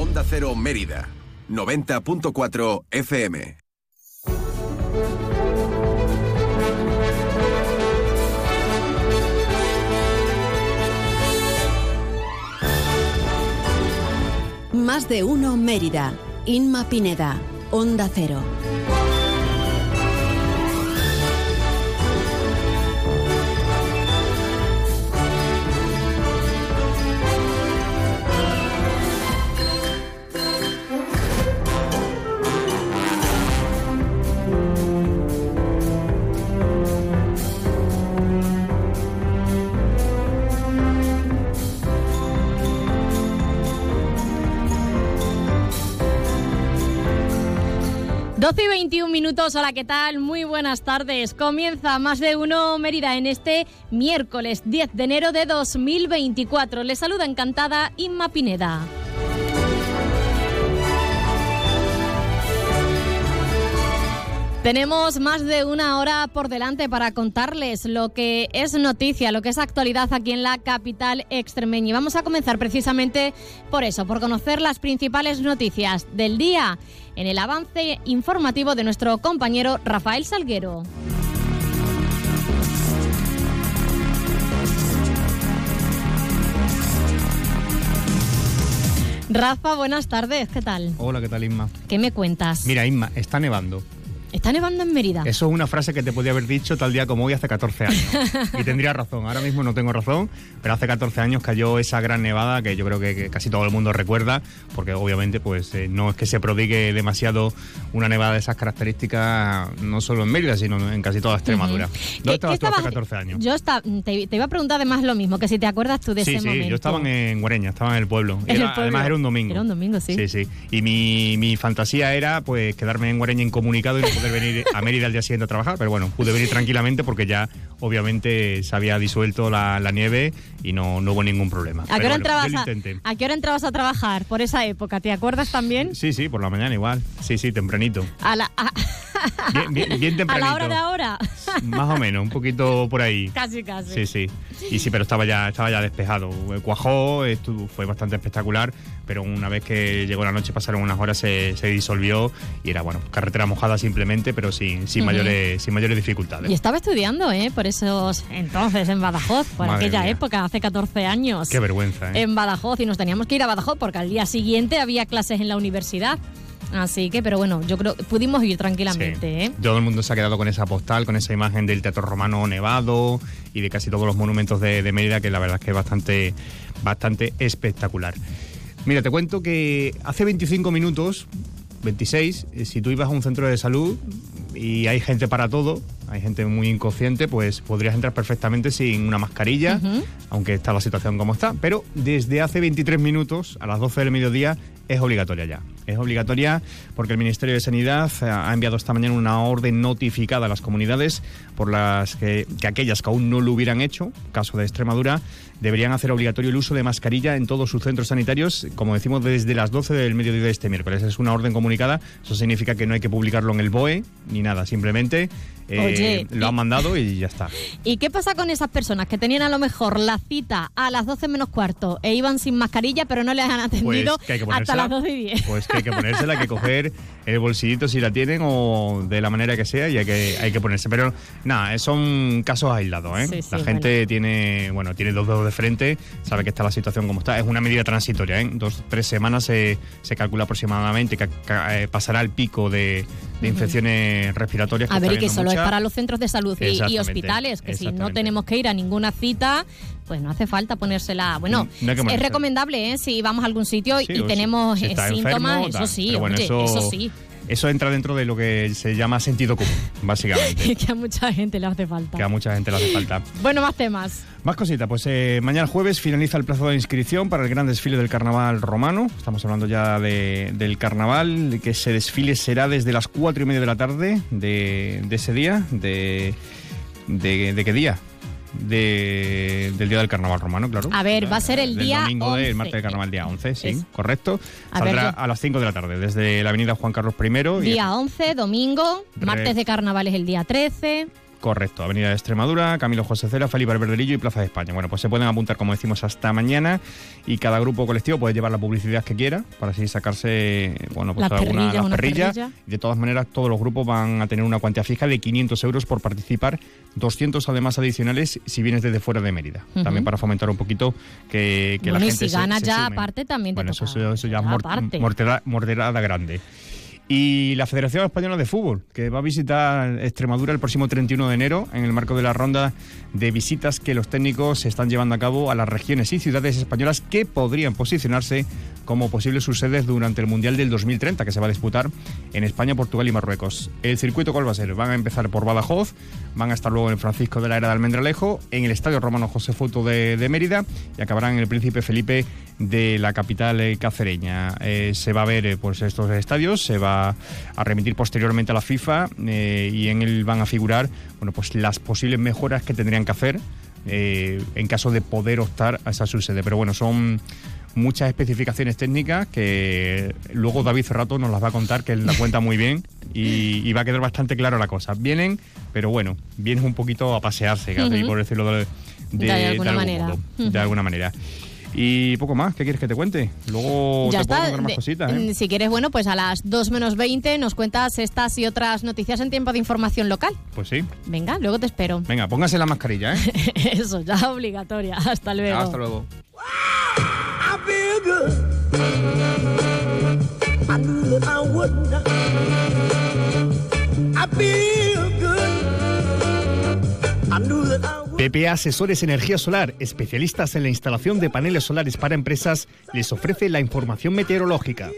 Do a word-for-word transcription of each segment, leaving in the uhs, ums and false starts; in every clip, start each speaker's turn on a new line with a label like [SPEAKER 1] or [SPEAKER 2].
[SPEAKER 1] Onda Cero Mérida, noventa punto cuatro F M.
[SPEAKER 2] Más de uno Mérida. Inma Pineda, Onda Cero.
[SPEAKER 3] doce y veintiún minutos, hola, ¿qué tal? Muy buenas tardes. Comienza Más de uno Mérida en este miércoles diez de enero de dos mil veinticuatro. Les saluda encantada Inma Pineda. Tenemos más de una hora por delante para contarles lo que es noticia, lo que es actualidad aquí en la capital extremeña. Y vamos a comenzar precisamente por eso, por conocer las principales noticias del día en el avance informativo de nuestro compañero Rafael Salguero. Rafa, buenas tardes, ¿qué tal?
[SPEAKER 4] Hola, ¿qué tal, Inma?
[SPEAKER 3] ¿Qué me cuentas?
[SPEAKER 4] Mira, Inma, está nevando.
[SPEAKER 3] ¿Está nevando en Mérida?
[SPEAKER 4] Eso es una frase que te podía haber dicho tal día como hoy hace catorce años. Y tendría razón. Ahora mismo no tengo razón, pero hace catorce años cayó esa gran nevada que yo creo que, que casi todo el mundo recuerda, porque obviamente pues eh, no es que se prodigue demasiado una nevada de esas características, no solo en Mérida, sino en casi toda Extremadura. Uh-huh. ¿Dónde estabas tú hace catorce años?
[SPEAKER 3] Yo estaba, te, te iba a preguntar además lo mismo, que si te acuerdas tú de
[SPEAKER 4] sí,
[SPEAKER 3] ese
[SPEAKER 4] sí,
[SPEAKER 3] momento.
[SPEAKER 4] Sí, yo estaba en Guareña, estaba en el pueblo.
[SPEAKER 3] ¿En
[SPEAKER 4] Era,
[SPEAKER 3] el pueblo?
[SPEAKER 4] Además era un domingo.
[SPEAKER 3] Era un domingo, sí.
[SPEAKER 4] Sí, sí. Y mi, mi fantasía era pues quedarme en Guareña incomunicado y no poder venir a Mérida al día siguiente a trabajar, pero bueno, pude venir tranquilamente porque ya obviamente se había disuelto la, la nieve y no, no hubo ningún problema.
[SPEAKER 3] ¿A qué, hora
[SPEAKER 4] bueno,
[SPEAKER 3] entrabas a, ¿A qué hora entrabas a trabajar por esa época? ¿Te acuerdas también?
[SPEAKER 4] Sí, sí, por la mañana igual. Sí, sí, tempranito.
[SPEAKER 3] A la, a...
[SPEAKER 4] Bien, bien, bien tempranito.
[SPEAKER 3] ¿A la hora de ahora?
[SPEAKER 4] Más o menos, un poquito por ahí.
[SPEAKER 3] Casi, casi.
[SPEAKER 4] Sí, sí. Y sí, pero estaba ya, estaba ya despejado. Cuajó, estuvo, fue bastante espectacular, pero una vez que llegó la noche, pasaron unas horas, se, se disolvió y era, bueno, carretera mojada simplemente, pero sin, sin, uh-huh. mayores, sin mayores dificultades.
[SPEAKER 3] Y estaba estudiando, ¿eh? Por esos entonces en Badajoz, por
[SPEAKER 4] Madre
[SPEAKER 3] aquella
[SPEAKER 4] mía.
[SPEAKER 3] época, hace catorce años.
[SPEAKER 4] Qué vergüenza, ¿eh?
[SPEAKER 3] En Badajoz, y nos teníamos que ir a Badajoz porque al día siguiente había clases en la universidad. Así que, pero bueno, yo creo que pudimos ir tranquilamente,
[SPEAKER 4] sí.
[SPEAKER 3] ¿eh?
[SPEAKER 4] Todo el mundo se ha quedado con esa postal, con esa imagen del Teatro Romano nevado y de casi todos los monumentos de, de Mérida, que la verdad es que es bastante, bastante espectacular. Mira, te cuento que hace veinticinco minutos, veintiséis, si tú ibas a un centro de salud y hay gente para todo, hay gente muy inconsciente, pues podrías entrar perfectamente sin una mascarilla, uh-huh. aunque está la situación como está, pero desde hace veintitrés minutos, a las doce del mediodía, es obligatoria ya. Es obligatoria porque el Ministerio de Sanidad ha enviado esta mañana una orden notificada a las comunidades por las que, que aquellas que aún no lo hubieran hecho, caso de Extremadura, deberían hacer obligatorio el uso de mascarilla en todos sus centros sanitarios, como decimos, desde las doce del mediodía de este miércoles. Es una orden comunicada, eso significa que no hay que publicarlo en el B O E ni nada, simplemente eh, Oye, lo han mandado y ya está.
[SPEAKER 3] ¿Y qué pasa con esas personas que tenían a lo mejor la cita a las doce menos cuarto e iban sin mascarilla, pero no les han atendido
[SPEAKER 4] pues que hay que
[SPEAKER 3] hasta las doce y diez?
[SPEAKER 4] Pues que hay que ponérsela, hay que coger el bolsillito si la tienen o de la manera que sea y hay que, hay que ponerse. Pero nada, son casos aislados, ¿eh?
[SPEAKER 3] Sí, sí,
[SPEAKER 4] la gente
[SPEAKER 3] bueno.
[SPEAKER 4] tiene, bueno, tiene dos dedos de frente, sabe que está la situación como está. Es una medida transitoria, ¿eh? Dos, tres semanas se, se calcula aproximadamente que, que eh, pasará el pico de, de infecciones respiratorias. Que
[SPEAKER 3] a ver, y que solo
[SPEAKER 4] mucha.
[SPEAKER 3] es para los centros de salud y, y hospitales, que si no tenemos que ir a ninguna cita, pues no hace falta ponérsela. Bueno, no es recomendable, ¿eh? Si vamos a algún sitio sí, y tenemos si síntomas, enfermo, eso sí, bueno, oye, eso, eso sí.
[SPEAKER 4] Eso entra dentro de lo que se llama sentido común, básicamente.
[SPEAKER 3] Que a mucha gente le hace falta.
[SPEAKER 4] Que a mucha gente le hace falta.
[SPEAKER 3] Bueno, más temas.
[SPEAKER 4] Más cositas. Pues eh, mañana jueves finaliza el plazo de inscripción para el gran desfile del Carnaval romano. Estamos hablando ya de, del Carnaval, que ese desfile será desde las cuatro y media de la tarde de, de ese día. De, de, ¿De qué día? De, del día del Carnaval romano, claro.
[SPEAKER 3] A ver, va a ser el
[SPEAKER 4] del
[SPEAKER 3] día
[SPEAKER 4] domingo
[SPEAKER 3] once.
[SPEAKER 4] Del martes de Carnaval, día once, sí,
[SPEAKER 3] es.
[SPEAKER 4] correcto.
[SPEAKER 3] A
[SPEAKER 4] Saldrá
[SPEAKER 3] ver, yo...
[SPEAKER 4] a las cinco de la tarde, desde la avenida Juan Carlos primero.
[SPEAKER 3] Día
[SPEAKER 4] y...
[SPEAKER 3] once, domingo,
[SPEAKER 4] Re...
[SPEAKER 3] martes de Carnaval es el día trece.
[SPEAKER 4] Correcto, Avenida de Extremadura, Camilo José Cela, Felipe Alberderillo y Plaza de España. Bueno, pues se pueden apuntar, como decimos, hasta mañana y cada grupo colectivo puede llevar la publicidad que quiera para así sacarse, bueno, pues
[SPEAKER 3] las
[SPEAKER 4] alguna
[SPEAKER 3] perrillas,
[SPEAKER 4] las perrillas.
[SPEAKER 3] perrilla.
[SPEAKER 4] De todas maneras, todos los grupos van a tener una cuantía fija de quinientos euros por participar, doscientos además adicionales si vienes desde fuera de Mérida. Uh-huh. También para fomentar un poquito que, que
[SPEAKER 3] bueno,
[SPEAKER 4] la gente
[SPEAKER 3] y si ganas
[SPEAKER 4] se,
[SPEAKER 3] ya
[SPEAKER 4] se sume.
[SPEAKER 3] aparte también te
[SPEAKER 4] bueno,
[SPEAKER 3] toca.
[SPEAKER 4] Eso, eso, eso ya es mor-
[SPEAKER 3] aparte.
[SPEAKER 4] mortera, morterada grande. Y la Federación Española de Fútbol, que va a visitar Extremadura el próximo treinta y uno de enero en el marco de la ronda de visitas que los técnicos se están llevando a cabo a las regiones y ciudades españolas que podrían posicionarse como posibles subsedes durante el Mundial del dos mil treinta, que se va a disputar en España, Portugal y Marruecos. ¿El circuito cuál va a ser? Van a empezar por Badajoz, van a estar luego en el Francisco de la Era de Almendralejo, en el Estadio Romano José Foto de, de Mérida y acabarán en el Príncipe Felipe de la capital eh, cacereña. Eh, se va a ver eh, pues estos estadios, se va a remitir posteriormente a la FIFA eh, y en él van a figurar bueno pues las posibles mejoras que tendrían que hacer eh, en caso de poder optar a esa subsede. Pero bueno, son muchas especificaciones técnicas que luego David Cerrato nos las va a contar, que él la cuenta muy bien y, y va a quedar bastante claro la cosa. Vienen, pero bueno, vienen un poquito a pasearse, casi, uh-huh. por decirlo de, de,
[SPEAKER 3] de alguna
[SPEAKER 4] de
[SPEAKER 3] manera.
[SPEAKER 4] Modo,
[SPEAKER 3] uh-huh.
[SPEAKER 4] de alguna manera. Y poco más, ¿qué quieres que te cuente? Luego
[SPEAKER 3] ya
[SPEAKER 4] te
[SPEAKER 3] está.
[SPEAKER 4] puedo contar más cositas, ¿eh?
[SPEAKER 3] Si quieres, bueno, pues a las dos menos veinte nos cuentas estas y otras noticias en tiempo de información local.
[SPEAKER 4] Pues sí.
[SPEAKER 3] Venga, luego te espero.
[SPEAKER 4] Venga, póngase la mascarilla, ¿eh?
[SPEAKER 3] Eso, ya obligatoria. Hasta luego.
[SPEAKER 4] Hasta luego. P P A Asesores Energía Solar, especialistas en la instalación de paneles solares para empresas, les ofrece la información meteorológica.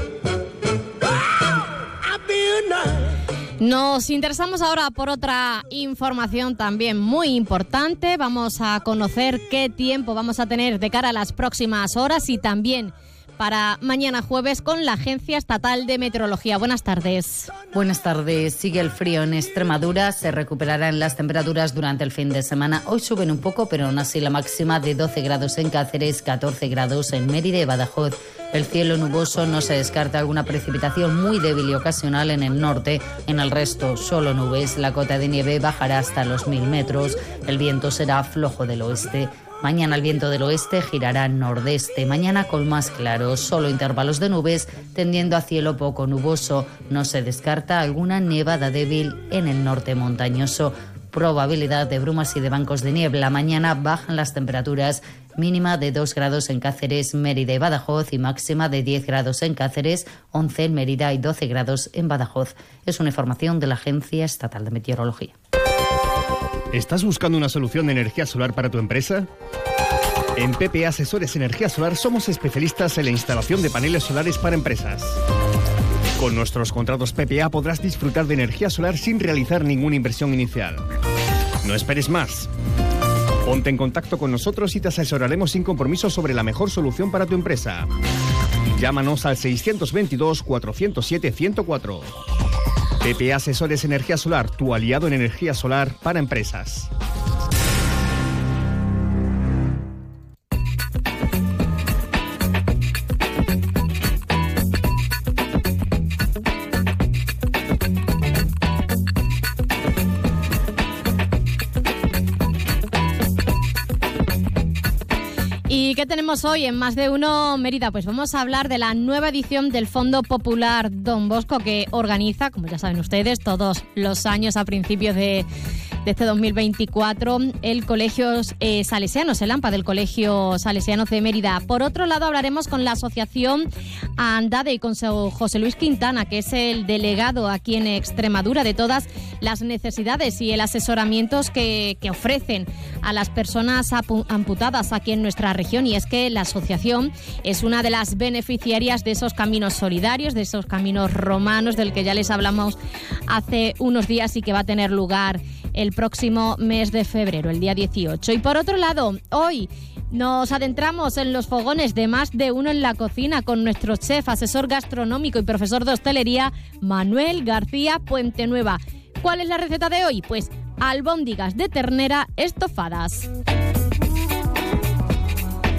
[SPEAKER 3] Nos interesamos ahora por otra información también muy importante. Vamos a conocer qué tiempo vamos a tener de cara a las próximas horas y también para mañana jueves con la Agencia Estatal de Meteorología. Buenas tardes.
[SPEAKER 5] Buenas tardes. Sigue el frío en Extremadura. Se recuperarán las temperaturas durante el fin de semana. Hoy suben un poco, pero aún así la máxima de doce grados en Cáceres, catorce grados en Mérida y Badajoz. El cielo nuboso, no se descarta alguna precipitación muy débil y ocasional en el norte. En el resto, solo nubes. La cota de nieve bajará hasta los mil metros. El viento será flojo del oeste. Mañana el viento del oeste girará nordeste. Mañana con más claros, solo intervalos de nubes, tendiendo a cielo poco nuboso. No se descarta alguna nevada débil en el norte montañoso. Probabilidad de brumas y de bancos de niebla. Mañana bajan las temperaturas, mínima de dos grados en Cáceres, Mérida y Badajoz y máxima de diez grados en Cáceres, once en Mérida y doce grados en Badajoz. Es una información de la Agencia Estatal de Meteorología.
[SPEAKER 4] ¿Estás buscando una solución de energía solar para tu empresa? En P P A Asesores Energía Solar somos especialistas en la instalación de paneles solares para empresas. Con nuestros contratos P P A podrás disfrutar de energía solar sin realizar ninguna inversión inicial. No esperes más. Ponte en contacto con nosotros y te asesoraremos sin compromiso sobre la mejor solución para tu empresa. Llámanos al seiscientos veintidós, cuatrocientos siete, ciento cuatro. P P A Asesores Energía Solar, tu aliado en energía solar para empresas.
[SPEAKER 3] ¿Y qué tenemos hoy en Más de Uno Mérida? Pues vamos a hablar de la nueva edición del Fondo Popular Don Bosco, que organiza, como ya saben ustedes, todos los años a principios de, de este dos mil veinticuatro, el Colegio eh, Salesianos, el AMPA del Colegio Salesianos de Mérida. Por otro lado, hablaremos con la Asociación Andade y con José Luis Quintana, que es el delegado aquí en Extremadura de todas las necesidades y el asesoramiento que, que ofrecen a las personas amputadas aquí en nuestra región. Y es que la asociación es una de las beneficiarias de esos caminos solidarios, de esos caminos romanos del que ya les hablamos hace unos días y que va a tener lugar el próximo mes de febrero, el día dieciocho. Y por otro lado, hoy nos adentramos en los fogones de Más de Uno en la Cocina con nuestro chef, asesor gastronómico y profesor de hostelería, Manuel García Puentenueva. ¿Cuál es la receta de hoy? Pues albóndigas de ternera estofadas.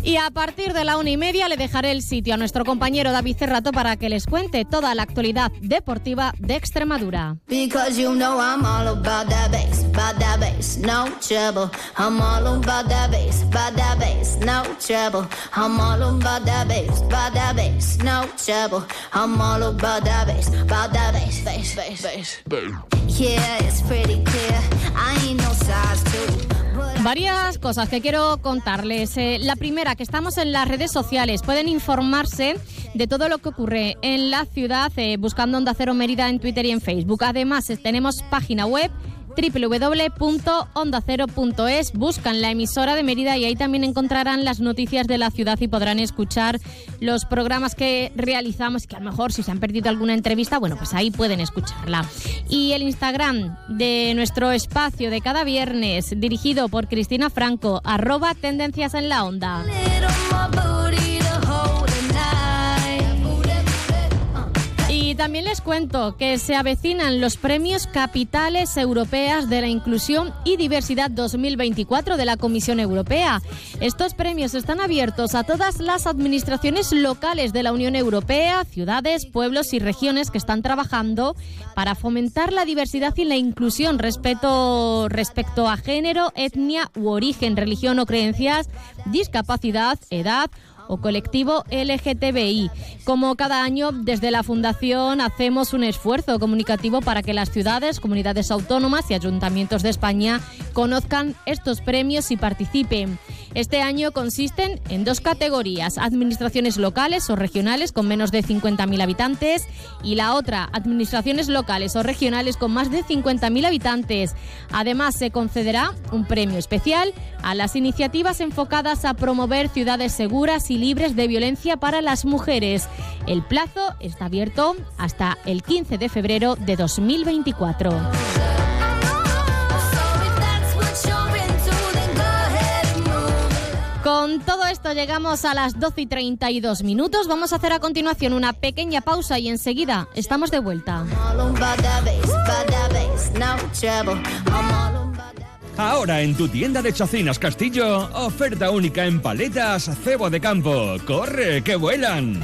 [SPEAKER 3] Y a partir de la una y media le dejaré el sitio a nuestro compañero David Cerrato para que les cuente toda la actualidad deportiva de Extremadura.
[SPEAKER 6] Because you know I'm all about that bass, about that bass, no trouble. I'm all about that bass, about that bass, no trouble. I'm all about that bass, about that bass, no trouble. I'm all about that bass, about that bass, bass, bass, bass. Yeah, it's pretty clear. I ain't no size two.
[SPEAKER 3] Varias cosas que quiero contarles. Eh, la primera, que estamos en las redes sociales. Pueden informarse de todo lo que ocurre en la ciudad eh, buscando Onda Cero Mérida en Twitter y en Facebook. Además, eh, tenemos página web doble u doble u doble u punto onda cero punto es. Buscan la emisora de Mérida y ahí también encontrarán las noticias de la ciudad y podrán escuchar los programas que realizamos, que a lo mejor si se han perdido alguna entrevista, bueno, pues ahí pueden escucharla. Y el Instagram de nuestro espacio de cada viernes, dirigido por Cristina Franco, arroba Tendencias en la Onda. Y también les cuento que se avecinan los premios Capitales Europeas de la Inclusión y Diversidad dos mil veinticuatro de la Comisión Europea. Estos premios están abiertos a todas las administraciones locales de la Unión Europea, ciudades, pueblos y regiones que están trabajando para fomentar la diversidad y la inclusión respecto, respecto a género, etnia u origen, religión o creencias, discapacidad, edad o colectivo L G T B I. Como cada año, desde la Fundación hacemos un esfuerzo comunicativo para que las ciudades, comunidades autónomas y ayuntamientos de España conozcan estos premios y participen. Este año consisten en dos categorías: administraciones locales o regionales con menos de cincuenta mil habitantes y la otra, administraciones locales o regionales con más de cincuenta mil habitantes. Además, se concederá un premio especial a las iniciativas enfocadas a promover ciudades seguras y libres de violencia para las mujeres. El plazo está abierto hasta el quince de febrero de dos mil veinticuatro. Con todo esto llegamos a las doce y treinta y dos minutos. Vamos a hacer a continuación una pequeña pausa y enseguida estamos de vuelta.
[SPEAKER 7] Ahora en tu tienda de Chacinas Castillo, oferta única en paletas cebo de campo. ¡Corre, que vuelan!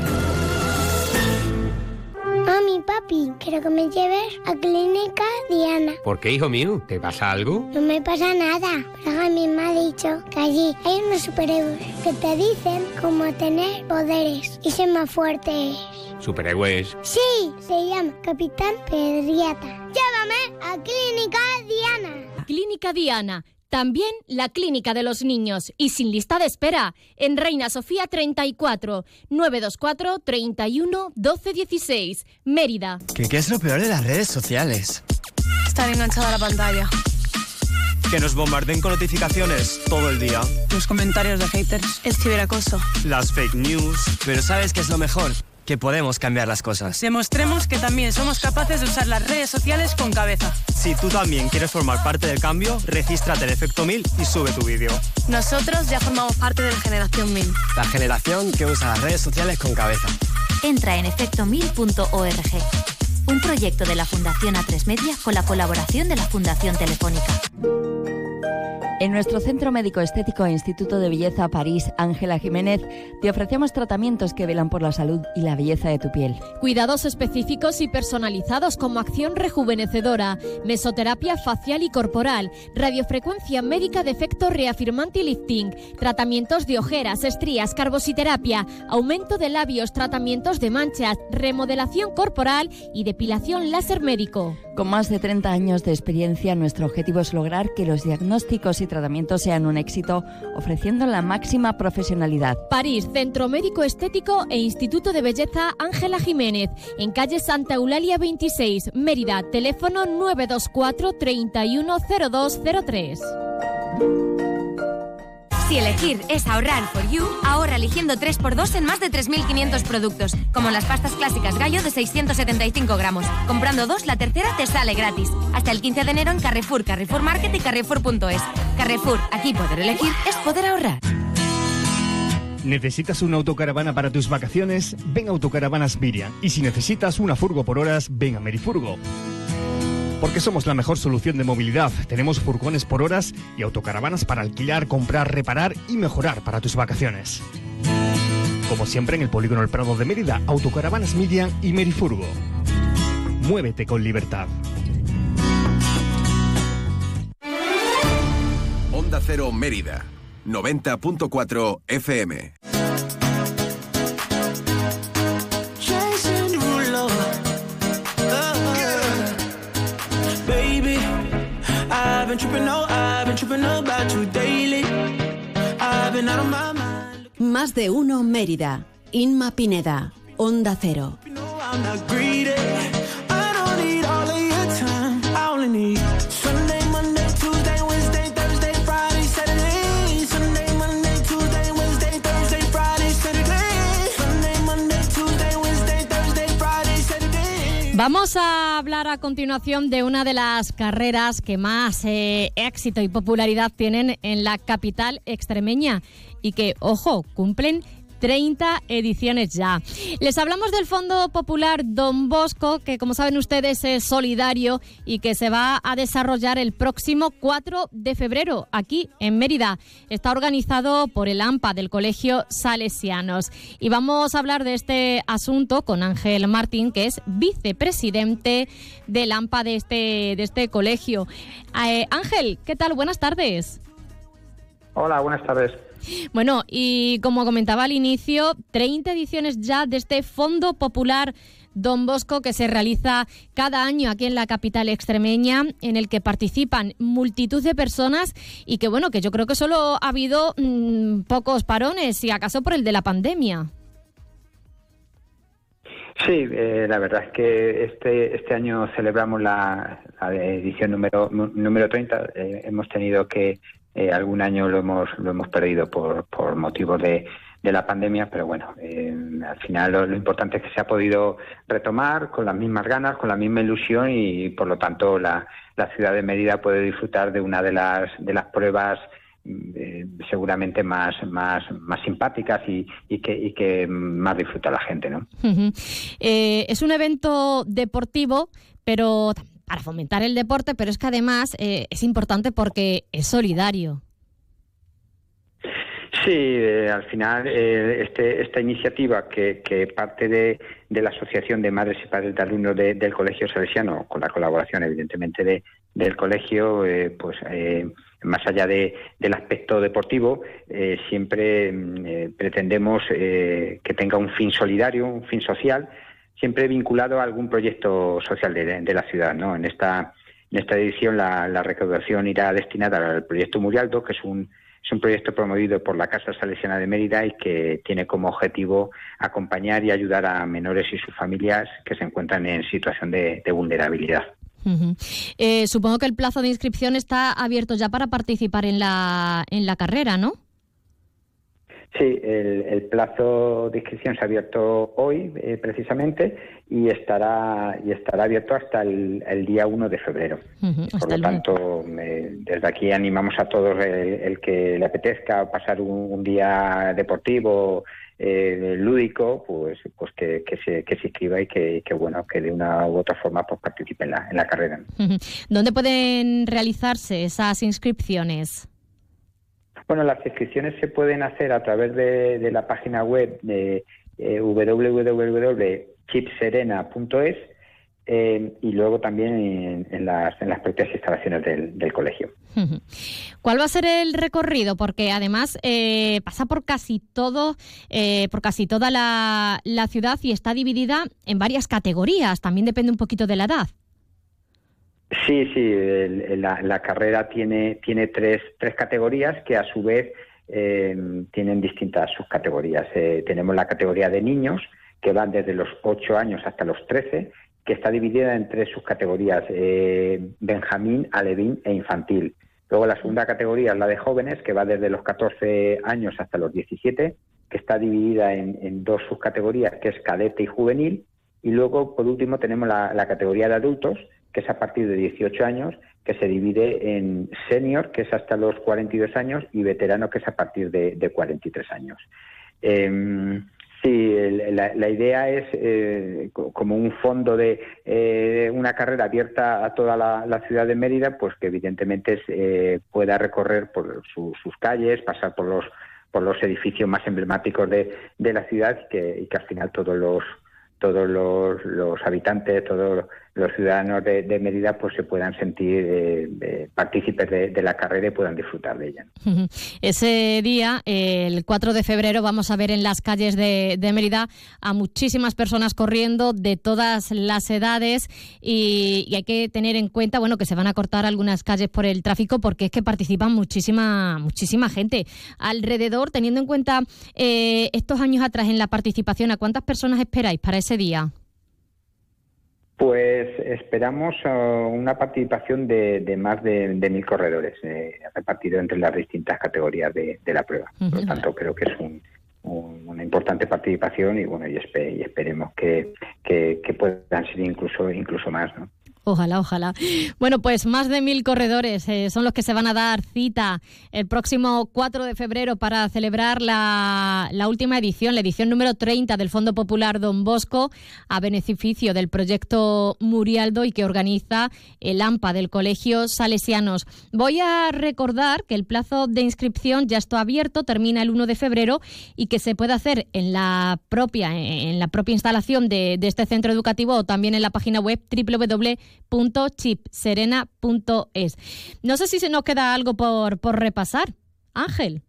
[SPEAKER 8] Mami, papi, quiero que me lleves a Clínica Diana.
[SPEAKER 9] ¿Por qué, hijo mío? ¿Te pasa algo?
[SPEAKER 8] No me pasa nada, pero a mí me ha dicho que allí hay unos superhéroes que te dicen cómo tener poderes y ser más fuertes.
[SPEAKER 9] ¿Superhéroes?
[SPEAKER 8] Sí, se llama Capitán Pedriata. Llévame a Clínica Diana.
[SPEAKER 3] Clínica Diana, también la clínica de los niños y sin lista de espera en Reina Sofía treinta y cuatro, nueve dos cuatro, treinta y uno, doce dieciséis, Mérida.
[SPEAKER 10] ¿Qué, ¿Qué es lo peor de las redes sociales?
[SPEAKER 11] Estar enganchada a la pantalla.
[SPEAKER 10] Que nos bombarden con notificaciones todo el día.
[SPEAKER 11] Los comentarios de haters. El ciberacoso.
[SPEAKER 10] Las fake news. Pero ¿sabes qué es lo mejor? Que podemos cambiar las cosas.
[SPEAKER 11] Demostremos que también somos capaces de usar las redes sociales con cabeza.
[SPEAKER 10] Si tú también quieres formar parte del cambio, regístrate en Efecto Mil y sube tu vídeo.
[SPEAKER 11] Nosotros ya formamos parte de la generación Mil.
[SPEAKER 10] La generación que usa las redes sociales con cabeza.
[SPEAKER 12] Entra en efecto mil punto org. Un proyecto de la Fundación A tres Media con la colaboración de la Fundación Telefónica.
[SPEAKER 13] En nuestro Centro Médico Estético e Instituto de Belleza París Ángela Jiménez te ofrecemos tratamientos que velan por la salud y la belleza de tu piel.
[SPEAKER 3] Cuidados específicos y personalizados como acción rejuvenecedora, mesoterapia facial y corporal, radiofrecuencia médica de efecto reafirmante y lifting, tratamientos de ojeras, estrías, carbositerapia, aumento de labios, tratamientos de manchas, remodelación corporal y depilación láser médico.
[SPEAKER 13] Con más de treinta años de experiencia, nuestro objetivo es lograr que los diagnósticos y tratamientos sean un éxito, ofreciendo la máxima profesionalidad.
[SPEAKER 3] París, Centro Médico Estético e Instituto de Belleza Ángela Jiménez, en calle Santa Eulalia veintiséis, Mérida, teléfono nueve dos cuatro, treinta y uno, cero dos cero tres.
[SPEAKER 12] Si elegir es ahorrar for you, ahorra eligiendo tres por dos en más de tres mil quinientos productos, como las pastas clásicas Gallo de seiscientos setenta y cinco gramos. Comprando dos, la tercera te sale gratis. Hasta el quince de enero en Carrefour, Carrefour Market y Carrefour punto es. Carrefour, aquí poder elegir es poder ahorrar.
[SPEAKER 4] ¿Necesitas una autocaravana para tus vacaciones? Ven a Autocaravanas Miriam. Y si necesitas una furgo por horas, ven a Merifurgo. Porque somos la mejor solución de movilidad. Tenemos furgones por horas y autocaravanas para alquilar, comprar, reparar y mejorar para tus vacaciones. Como siempre en el Polígono El Prado de Mérida, Autocaravanas Miriam y Merifurgo. Muévete con libertad.
[SPEAKER 1] Onda Cero Mérida, noventa punto cuatro F M.
[SPEAKER 2] Más de uno Mérida. Inma Pineda, Onda Cero.
[SPEAKER 3] Vamos a hablar a continuación de una de las carreras que más eh, éxito y popularidad tienen en la capital extremeña y que, ojo, cumplen treinta ediciones ya. Les hablamos del Fondo Popular Don Bosco, que como saben ustedes es solidario y que se va a desarrollar el próximo cuatro de febrero aquí en Mérida. Está organizado por el AMPA del Colegio Salesianos. Y vamos a hablar de este asunto con Ángel Martín, que es vicepresidente del AMPA de este, de este colegio. Eh, Ángel, ¿qué tal? Buenas tardes.
[SPEAKER 14] Hola, buenas tardes.
[SPEAKER 3] Bueno, y como comentaba al inicio, treinta ediciones ya de este Fondo Popular Don Bosco que se realiza cada año aquí en la capital extremeña, en el que participan multitud de personas y que, bueno, que yo creo que solo ha habido mmm, pocos parones, si acaso por el de la pandemia.
[SPEAKER 14] Sí, eh, la verdad es que este este año celebramos la, la edición número número treinta. Eh, hemos tenido que Eh, algún año lo hemos lo hemos perdido por por motivos de, de la pandemia, pero bueno, eh, al final lo, lo importante es que se ha podido retomar con las mismas ganas, con la misma ilusión y por lo tanto la, la ciudad de Mérida puede disfrutar de una de las de las pruebas eh, seguramente más más más simpáticas y, y que y que más disfruta la gente, ¿no?
[SPEAKER 3] Uh-huh. Eh, es un evento deportivo, pero para fomentar el deporte, pero es que además eh, es importante porque es solidario.
[SPEAKER 14] Sí, eh, al final eh, este, esta iniciativa que, que parte de, de la Asociación de Madres y Padres de Alumnos de, del Colegio Salesiano, con la colaboración evidentemente de, del colegio, eh, pues eh, más allá de, del aspecto deportivo, eh, siempre eh, pretendemos eh, que tenga un fin solidario, un fin social, siempre vinculado a algún proyecto social de, de la ciudad, ¿no? En esta en esta edición la, la recaudación irá destinada al proyecto Murialdo, que es un es un proyecto promovido por la Casa Salesiana de Mérida y que tiene como objetivo acompañar y ayudar a menores y sus familias que se encuentran en situación de, de vulnerabilidad.
[SPEAKER 3] Uh-huh. Eh, supongo que el plazo de inscripción está abierto ya para participar en la en la carrera, ¿no?
[SPEAKER 14] Sí, el, el plazo de inscripción se ha abierto hoy, eh, precisamente, y estará y estará abierto hasta el, el día uno de febrero. Uh-huh, Por lo tanto, eh, desde aquí animamos a todos el, el que le apetezca pasar un, un día deportivo, eh, lúdico, pues pues que, que se que se inscriba y que, que bueno que de una u otra forma pues participe en la en la carrera.
[SPEAKER 3] Uh-huh. ¿Dónde pueden realizarse esas inscripciones?
[SPEAKER 14] Bueno, las inscripciones se pueden hacer a través de, de la página web de eh, doble u doble u doble u punto chipserena punto es eh, y luego también en, en, las, en las propias instalaciones del, del colegio.
[SPEAKER 3] ¿Cuál va a ser el recorrido? Porque además eh, pasa por casi todo, eh, por casi toda la, la ciudad y está dividida en varias categorías. También depende un poquito de la edad.
[SPEAKER 14] Sí, sí, el, la, la carrera tiene tiene tres tres categorías que a su vez eh, tienen distintas subcategorías. Eh, tenemos la categoría de niños, que van desde los ocho años hasta los trece, que está dividida en tres subcategorías, eh, Benjamín, Alevín e infantil. Luego la segunda categoría es la de jóvenes, que va desde los catorce años hasta los diecisiete, que está dividida en, en dos subcategorías, que es cadete y juvenil. Y luego, por último, tenemos la, la categoría de adultos, que es a partir de dieciocho años, que se divide en senior, que es hasta los cuarenta y dos años, y veterano, que es a partir de, de cuarenta y tres años. Eh, sí, el, el, la, la idea es eh, como un fondo de eh, una carrera abierta a toda la, la ciudad de Mérida, pues que evidentemente eh, pueda recorrer por su, sus calles, pasar por los por los edificios más emblemáticos de, de la ciudad y que, y que al final todos los todos los, los habitantes, todos los ciudadanos de, de Mérida pues se puedan sentir eh, eh, partícipes de, de la carrera y puedan disfrutar de ella.
[SPEAKER 3] Ese día, el cuatro de febrero, vamos a ver en las calles de, de Mérida a muchísimas personas corriendo de todas las edades y, y hay que tener en cuenta, bueno, que se van a cortar algunas calles por el tráfico porque es que participan muchísima muchísima gente. Alrededor, teniendo en cuenta eh, estos años atrás en la participación, ¿a cuántas personas esperáis para ese día?
[SPEAKER 14] Pues esperamos uh, una participación de, de más de, de mil corredores eh, repartido entre las distintas categorías de, de la prueba. Por lo tanto, creo que es un, un, una importante participación y bueno y, espe- y esperemos que, que, que puedan ser incluso incluso más, ¿no?
[SPEAKER 3] Ojalá, ojalá. Bueno, pues más de mil corredores eh, son los que se van a dar cita el próximo cuatro de febrero para celebrar la, la última edición, la edición número treinta del Fondo Popular Don Bosco, a beneficio del proyecto Murialdo y que organiza el AMPA del Colegio Salesianos. Voy a recordar que el plazo de inscripción ya está abierto, termina el uno de febrero y que se puede hacer en la propia, en la propia instalación de, de este centro educativo o también en la página web doble u doble u doble u punto chip serena punto es. No sé si se nos queda algo por, por repasar. Ángel.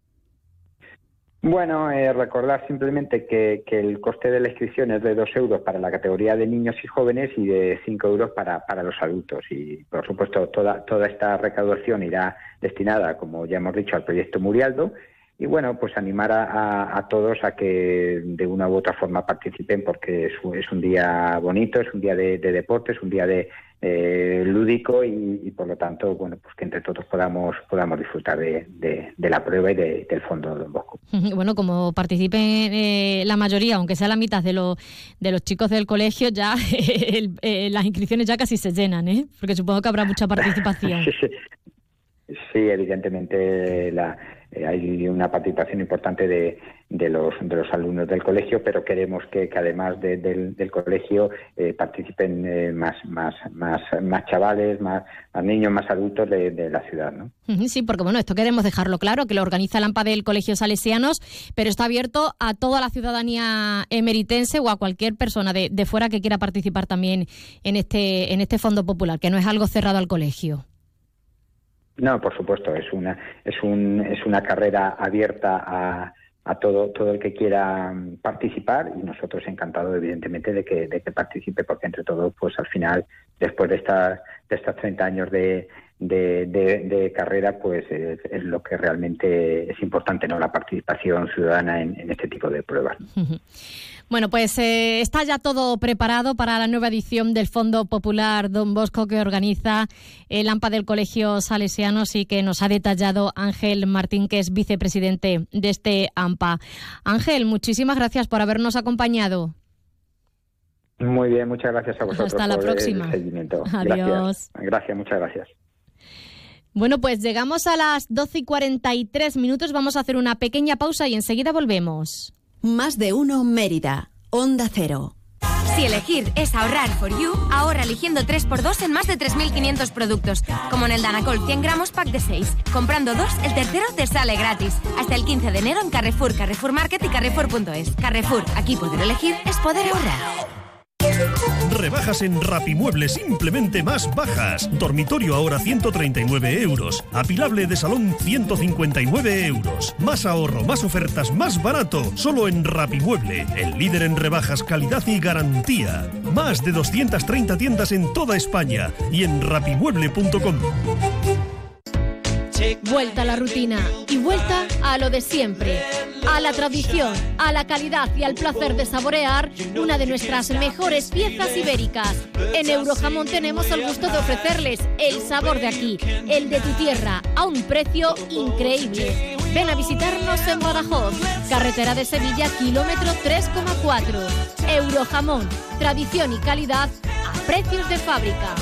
[SPEAKER 14] Bueno, eh, recordar simplemente que, que el coste de la inscripción es de dos euros para la categoría de niños y jóvenes y de cinco euros para, para los adultos. Y, por supuesto, toda, toda esta recaudación irá destinada, como ya hemos dicho, al proyecto Murialdo. Y bueno, pues animar a, a, a todos a que de una u otra forma participen porque es, es un día bonito, es un día de, de deporte, es un día de eh, lúdico y, y por lo tanto, bueno, pues que entre todos podamos podamos disfrutar de, de, de la prueba y de, del Fondo Don Bosco.
[SPEAKER 3] Bueno, como participen eh, la mayoría, aunque sea la mitad de, lo, de los chicos del colegio, ya el, eh, las inscripciones ya casi se llenan, ¿eh? Porque supongo que habrá mucha participación.
[SPEAKER 14] sí, sí. sí, evidentemente la hay una participación importante de, de los de los alumnos del colegio, pero queremos que, que además de, del, del colegio eh, participen eh, más más más más chavales, más, más niños, más adultos de, de la ciudad, ¿no?
[SPEAKER 3] Sí, porque bueno, esto queremos dejarlo claro, que lo organiza el AMPA del Colegio Salesianos, pero está abierto a toda la ciudadanía emeritense o a cualquier persona de, de fuera que quiera participar también en este en este Fondo Popular, que no es algo cerrado al colegio.
[SPEAKER 14] No, por supuesto, es una es un es una carrera abierta a, a todo todo el que quiera participar y nosotros encantados evidentemente de que de que participe porque entre todos pues al final después de estas de estos treinta años de de, de, de carrera pues es, es lo que realmente es importante, ¿no? La participación ciudadana en, en este tipo de pruebas.
[SPEAKER 3] Uh-huh. Bueno, pues eh, está ya todo preparado para la nueva edición del Fondo Popular Don Bosco que organiza el AMPA del Colegio Salesianos y que nos ha detallado Ángel Martín, que es vicepresidente de este AMPA. Ángel, muchísimas gracias por habernos acompañado.
[SPEAKER 14] Muy bien, muchas gracias a vosotros.
[SPEAKER 3] Hasta la
[SPEAKER 14] por
[SPEAKER 3] próxima.
[SPEAKER 14] El seguimiento.
[SPEAKER 3] Adiós.
[SPEAKER 14] Gracias, gracias, muchas gracias.
[SPEAKER 3] Bueno, pues llegamos a las doce y cuarenta y tres minutos. Vamos a hacer una pequeña pausa y enseguida volvemos.
[SPEAKER 2] Más de uno Mérida, Onda Cero.
[SPEAKER 12] Si elegir es ahorrar for you, ahorra eligiendo tres por dos en más de tres mil quinientos productos, como en el Danacol cien gramos pack de seis. Comprando dos, el tercero te sale gratis. Hasta el quince de enero en Carrefour, Carrefour Market y Carrefour punto es. Carrefour, aquí poder elegir es poder ahorrar.
[SPEAKER 15] Rebajas en Rapimueble, simplemente más bajas. Dormitorio ahora ciento treinta y nueve euros. Apilable de salón ciento cincuenta y nueve euros. Más ahorro, más ofertas, más barato. Solo en Rapimueble, el líder en rebajas, calidad y garantía. Más de doscientas treinta tiendas en toda España y en rapimueble punto com.
[SPEAKER 3] Vuelta a la rutina y vuelta a lo de siempre, a la tradición, a la calidad y al placer de saborear una de nuestras mejores piezas ibéricas. En Eurojamón tenemos el gusto de ofrecerles el sabor de aquí, el de tu tierra, a un precio increíble. Ven a visitarnos en Badajoz, carretera de Sevilla, kilómetro tres coma cuatro. Eurojamón, tradición y calidad a precios de fábrica.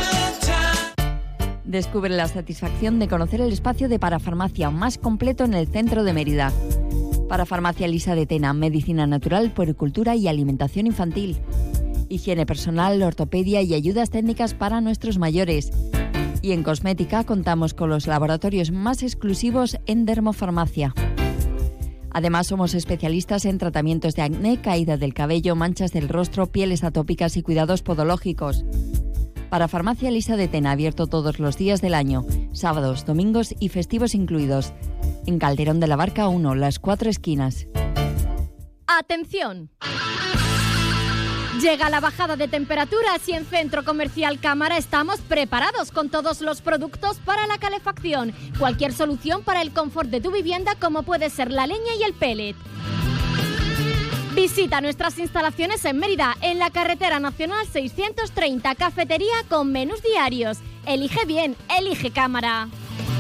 [SPEAKER 13] Descubre la satisfacción de conocer el espacio de parafarmacia más completo en el centro de Mérida. Para Farmacia Lisa de Tena, medicina natural, puericultura y alimentación infantil. Higiene personal, ortopedia y ayudas técnicas para nuestros mayores. Y en cosmética contamos con los laboratorios más exclusivos en dermofarmacia. Además, somos especialistas en tratamientos de acné, caída del cabello, manchas del rostro, pieles atópicas y cuidados podológicos. Para Farmacia Lisa de Tena, abierto todos los días del año, sábados, domingos y festivos incluidos. En Calderón de la Barca uno, Las Cuatro Esquinas.
[SPEAKER 3] ¡Atención! Llega la bajada de temperaturas y en Centro Comercial Cámara estamos preparados con todos los productos para la calefacción. Cualquier solución para el confort de tu vivienda, como puede ser la leña y el pellet. Visita nuestras instalaciones en Mérida, en la carretera nacional seiscientos treinta, cafetería con menús diarios. Elige bien, elige Cámara.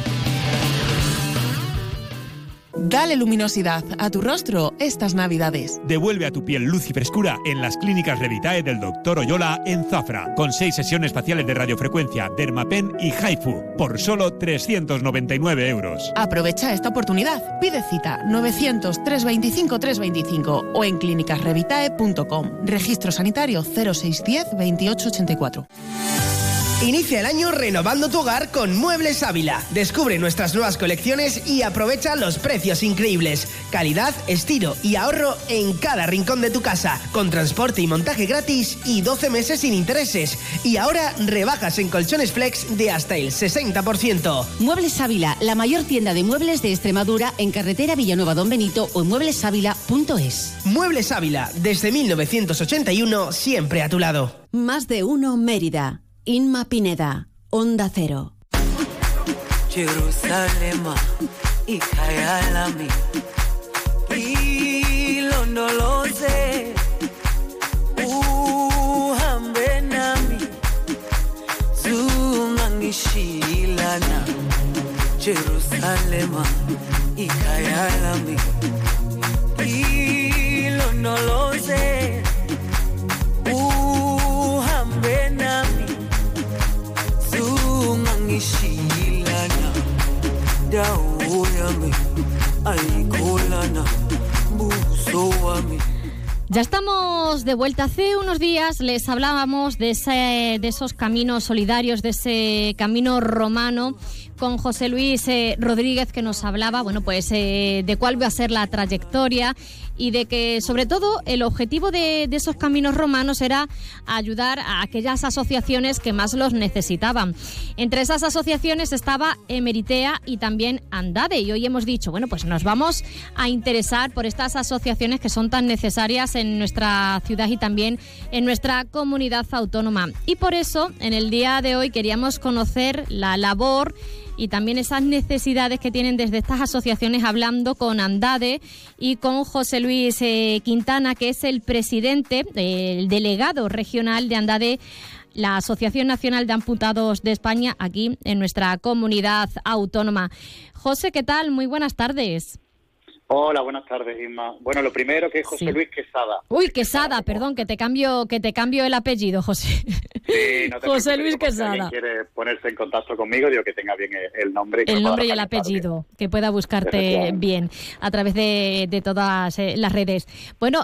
[SPEAKER 16] Dale luminosidad a tu rostro estas Navidades.
[SPEAKER 17] Devuelve a tu piel luz y frescura en las clínicas Revitae del doctor Oyola en Zafra, con seis sesiones faciales de radiofrecuencia, Dermapen y Haifu, por solo trescientos noventa y nueve euros.
[SPEAKER 16] Aprovecha esta oportunidad. Pide cita novecientos, trescientos veinticinco, trescientos veinticinco o en clínicas revitae punto com. Registro sanitario cero seis uno cero, veintiocho ochenta y cuatro.
[SPEAKER 18] Inicia el año renovando tu hogar con Muebles Ávila. Descubre nuestras nuevas colecciones y aprovecha los precios increíbles. Calidad, estilo y ahorro en cada rincón de tu casa, con transporte y montaje gratis y doce meses sin intereses. Y ahora rebajas en colchones flex de hasta el sesenta por ciento.
[SPEAKER 19] Muebles Ávila, la mayor tienda de muebles de Extremadura, en carretera Villanueva Don Benito o en muebles ávila punto es.
[SPEAKER 18] Muebles Ávila, desde mil novecientos ochenta y uno, siempre a tu lado.
[SPEAKER 2] Más de uno Mérida. Inma Pineda, Onda Cero.
[SPEAKER 20] Jerusalema, ikayalami, ilondoloze, uhambe nami, zungangishilana. Jerusalema, ikayalami, ilondoloze, uhambe nami.
[SPEAKER 3] Ya estamos de vuelta. Hace unos días les hablábamos de, ese, de esos caminos solidarios, de ese camino romano, con José Luis eh, Rodríguez, que nos hablaba, bueno, pues eh, de cuál va a ser la trayectoria y de que, sobre todo, el objetivo de, de esos caminos romanos era ayudar a aquellas asociaciones que más los necesitaban. Entre esas asociaciones estaba Emeritea y también Andade, y hoy hemos dicho, bueno, pues nos vamos a interesar por estas asociaciones que son tan necesarias en nuestra ciudad y también en nuestra comunidad autónoma. Y por eso, en el día de hoy queríamos conocer la labor y también esas necesidades que tienen desde estas asociaciones, hablando con Andade y con José Luis eh, Quintana, que es el presidente, eh, el delegado regional de Andade, la Asociación Nacional de Amputados de España, aquí en nuestra comunidad autónoma. José, ¿qué tal? Muy buenas tardes.
[SPEAKER 21] Hola, buenas tardes, Isma. Bueno, lo primero que es José sí. Luis Quesada.
[SPEAKER 3] Uy, Quesada, perdón, que te cambio que te cambio el apellido, José.
[SPEAKER 21] Sí, no te
[SPEAKER 3] José Luis Quesada. Si
[SPEAKER 21] alguien quiere ponerse en contacto conmigo, digo que tenga bien el nombre. Y
[SPEAKER 3] el nombre y el apellido, bien. Que pueda buscarte bien a través de, de todas eh, las redes. Bueno,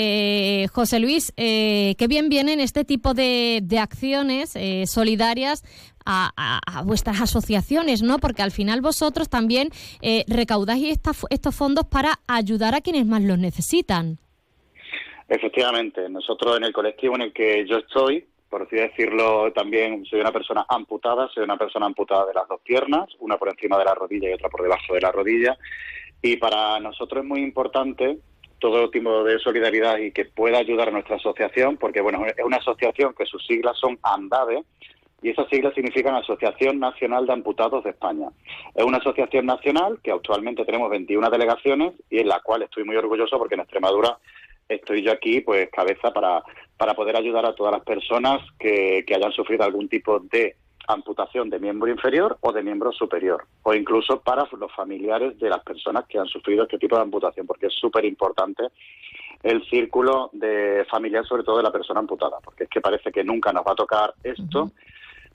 [SPEAKER 3] eh, José Luis, eh, qué bien vienen este tipo de, de acciones eh, solidarias A, a, a vuestras asociaciones, ¿no? Porque al final vosotros también eh, recaudáis esta, estos fondos para ayudar a quienes más los necesitan.
[SPEAKER 21] Efectivamente, nosotros en el colectivo en el que yo estoy, por así decirlo, también soy una persona amputada, soy una persona amputada de las dos piernas, una por encima de la rodilla y otra por debajo de la rodilla, y para nosotros es muy importante todo tipo de solidaridad y que pueda ayudar a nuestra asociación, porque bueno, es una asociación que sus siglas son ANDADE, y esas siglas significan Asociación Nacional de Amputados de España. Es una asociación nacional que actualmente tenemos veintiuna delegaciones y en la cual estoy muy orgulloso porque en Extremadura estoy yo aquí pues cabeza para, para poder ayudar a todas las personas que, que hayan sufrido algún tipo de amputación de miembro inferior o de miembro superior, o incluso para los familiares de las personas que han sufrido este tipo de amputación, porque es súper importante el círculo de familiar, sobre todo de la persona amputada, porque es que parece que nunca nos va a tocar esto, uh-huh.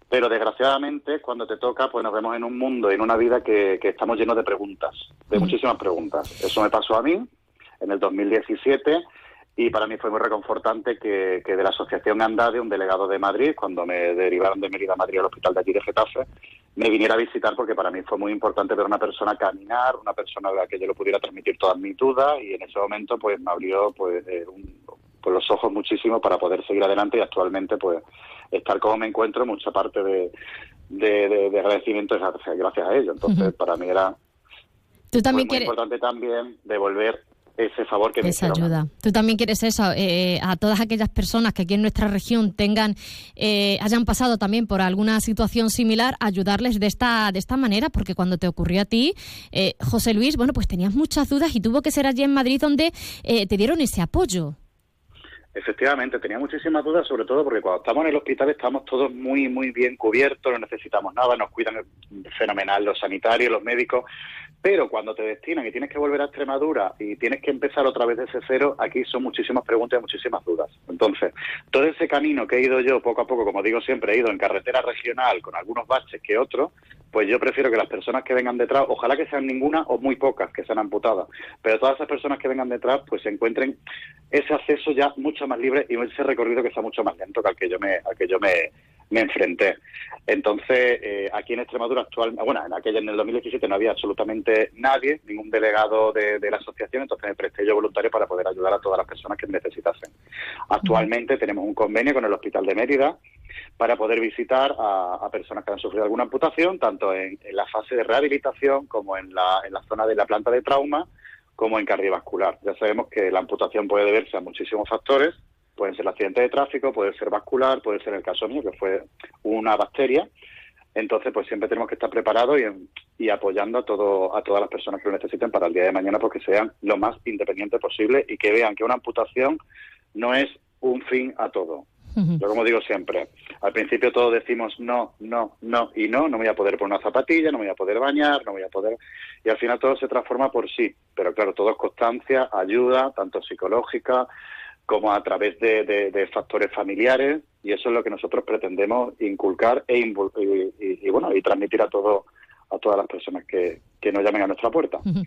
[SPEAKER 21] Pero desgraciadamente cuando te toca, pues nos vemos en un mundo, en una vida que, que estamos llenos de preguntas, de muchísimas preguntas. Eso me pasó a mí en el dos mil diecisiete y para mí fue muy reconfortante que, que de la Asociación Andade, un delegado de Madrid, cuando me derivaron de Mérida a Madrid al hospital de aquí de Getafe, me viniera a visitar porque para mí fue muy importante ver a una persona caminar, una persona a la que yo le pudiera transmitir todas mis dudas y en ese momento pues me abrió pues, eh, un, pues los ojos muchísimo para poder seguir adelante y actualmente pues estar como me encuentro, mucha parte de, de, de, de agradecimiento es gracias a ello. Entonces, uh-huh. para mí era
[SPEAKER 3] ¿Tú también
[SPEAKER 21] muy
[SPEAKER 3] quieres...
[SPEAKER 21] importante también devolver ese favor que me
[SPEAKER 3] esa
[SPEAKER 21] hicieron.
[SPEAKER 3] ayuda. Tú también quieres eso, eh, a todas aquellas personas que aquí en nuestra región tengan, eh, hayan pasado también por alguna situación similar, ayudarles de esta de esta manera, porque cuando te ocurrió a ti, eh, José Luis, bueno, pues tenías muchas dudas y tuvo que ser allí en Madrid donde eh, te dieron ese apoyo.
[SPEAKER 21] Efectivamente, tenía muchísimas dudas, sobre todo porque cuando estamos en el hospital estamos todos muy, muy bien cubiertos, no necesitamos nada, nos cuidan fenomenal los sanitarios, los médicos, pero cuando te destinan y tienes que volver a Extremadura y tienes que empezar otra vez desde cero, aquí son muchísimas preguntas y muchísimas dudas. Entonces, todo ese camino que he ido yo poco a poco, como digo siempre, he ido en carretera regional con algunos baches que otros, pues yo prefiero que las personas que vengan detrás, ojalá que sean ninguna o muy pocas que sean amputadas, pero todas esas personas que vengan detrás pues se encuentren ese acceso ya mucho más libre y ese recorrido que sea mucho más lento que al que yo me, al que yo me, me enfrenté. Entonces, eh, aquí en Extremadura actualmente, bueno, en aquella en el dos mil diecisiete no había absolutamente nadie, ningún delegado de, de la asociación, entonces me presté yo voluntario para poder ayudar a todas las personas que necesitasen. Actualmente tenemos un convenio con el Hospital de Mérida para poder visitar a, a personas que han sufrido alguna amputación, tanto en, en la fase de rehabilitación como en la, en la zona de la planta de trauma, como en cardiovascular. Ya sabemos que la amputación puede deberse a muchísimos factores, pueden ser el accidente de tráfico, puede ser vascular, puede ser el caso mío, que fue una bacteria. Entonces, pues siempre tenemos que estar preparados y, y apoyando a todo a todas las personas que lo necesiten para el día de mañana, porque sean lo más independientes posible y que vean que una amputación no es un fin a todo. Uh-huh. Yo, como digo siempre, al principio todos decimos no, no, no y no, no me voy a poder poner una zapatilla, no me voy a poder bañar, no me voy a poder... Y al final todo se transforma por sí, pero claro, todo es constancia, ayuda, tanto psicológica como a través de, de, de factores familiares, y eso es lo que nosotros pretendemos inculcar e invul- y, y, y, bueno, y transmitir a todo a todas las personas que, que nos llamen a nuestra puerta.
[SPEAKER 3] Uh-huh.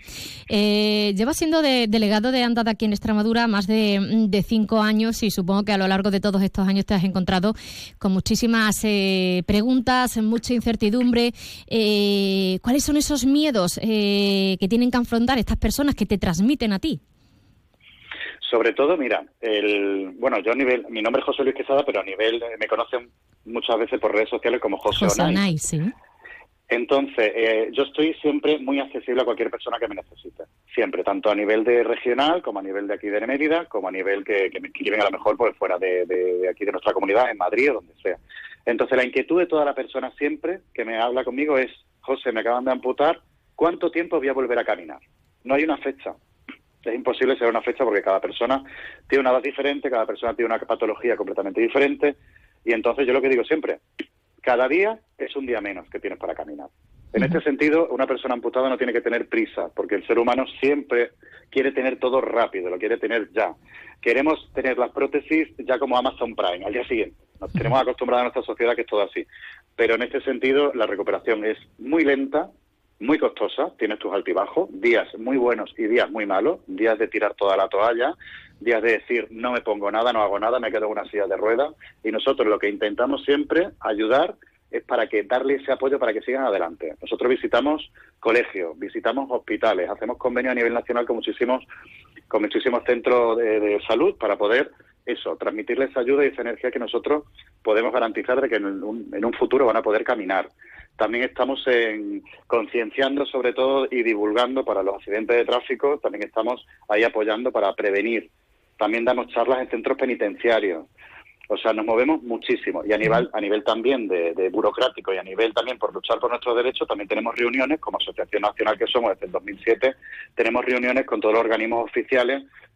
[SPEAKER 3] Eh, llevas siendo de, delegado de Andade aquí en Extremadura más de, de cinco años y supongo que a lo largo de todos estos años te has encontrado con muchísimas eh, preguntas, mucha incertidumbre. Eh, ¿Cuáles son esos miedos eh, que tienen que afrontar estas personas que te transmiten a ti?
[SPEAKER 21] Sobre todo, mira, el bueno, yo a nivel, mi nombre es José Luis Quesada, pero a nivel, me conocen muchas veces por redes sociales como José,
[SPEAKER 3] José
[SPEAKER 21] Onay.
[SPEAKER 3] Onay, sí.
[SPEAKER 21] Entonces, eh, yo estoy siempre muy accesible a cualquier persona que me necesite. Siempre, tanto a nivel de regional, como a nivel de aquí de Mérida, como a nivel que, que me escriben a lo mejor pues fuera de, de, de aquí de nuestra comunidad, en Madrid o donde sea. Entonces, la inquietud de toda la persona siempre que me habla conmigo es: José, me acaban de amputar, ¿cuánto tiempo voy a volver a caminar? No hay una fecha. Es imposible ser una fecha porque cada persona tiene una edad diferente, cada persona tiene una patología completamente diferente, y entonces yo lo que digo siempre, cada día es un día menos que tienes para caminar. En este sentido, una persona amputada no tiene que tener prisa, porque el ser humano siempre quiere tener todo rápido, lo quiere tener ya. Queremos tener las prótesis ya como Amazon Prime, al día siguiente. Nos tenemos acostumbrados a nuestra sociedad que es todo así. Pero en este sentido, la recuperación es muy lenta, muy costosa, tienes tus altibajos, días muy buenos y días muy malos, días de tirar toda la toalla, días de decir no me pongo nada, no hago nada, me quedo en una silla de ruedas, y nosotros lo que intentamos siempre ayudar es para que darle ese apoyo para que sigan adelante. Nosotros visitamos colegios, visitamos hospitales, hacemos convenios a nivel nacional con muchísimos con muchísimos centros de, de salud para poder eso, transmitirles esa ayuda y esa energía que nosotros podemos garantizar de que en un, en un futuro van a poder caminar. También estamos en concienciando sobre todo y divulgando para los accidentes de tráfico, también estamos ahí apoyando para prevenir. También damos charlas en centros penitenciarios. O sea, nos movemos muchísimo. Y a nivel, a nivel también de, de burocrático y a nivel también por luchar por nuestros derechos, también tenemos reuniones, como Asociación Nacional que somos desde el dos mil siete, tenemos reuniones con todos los organismos oficiales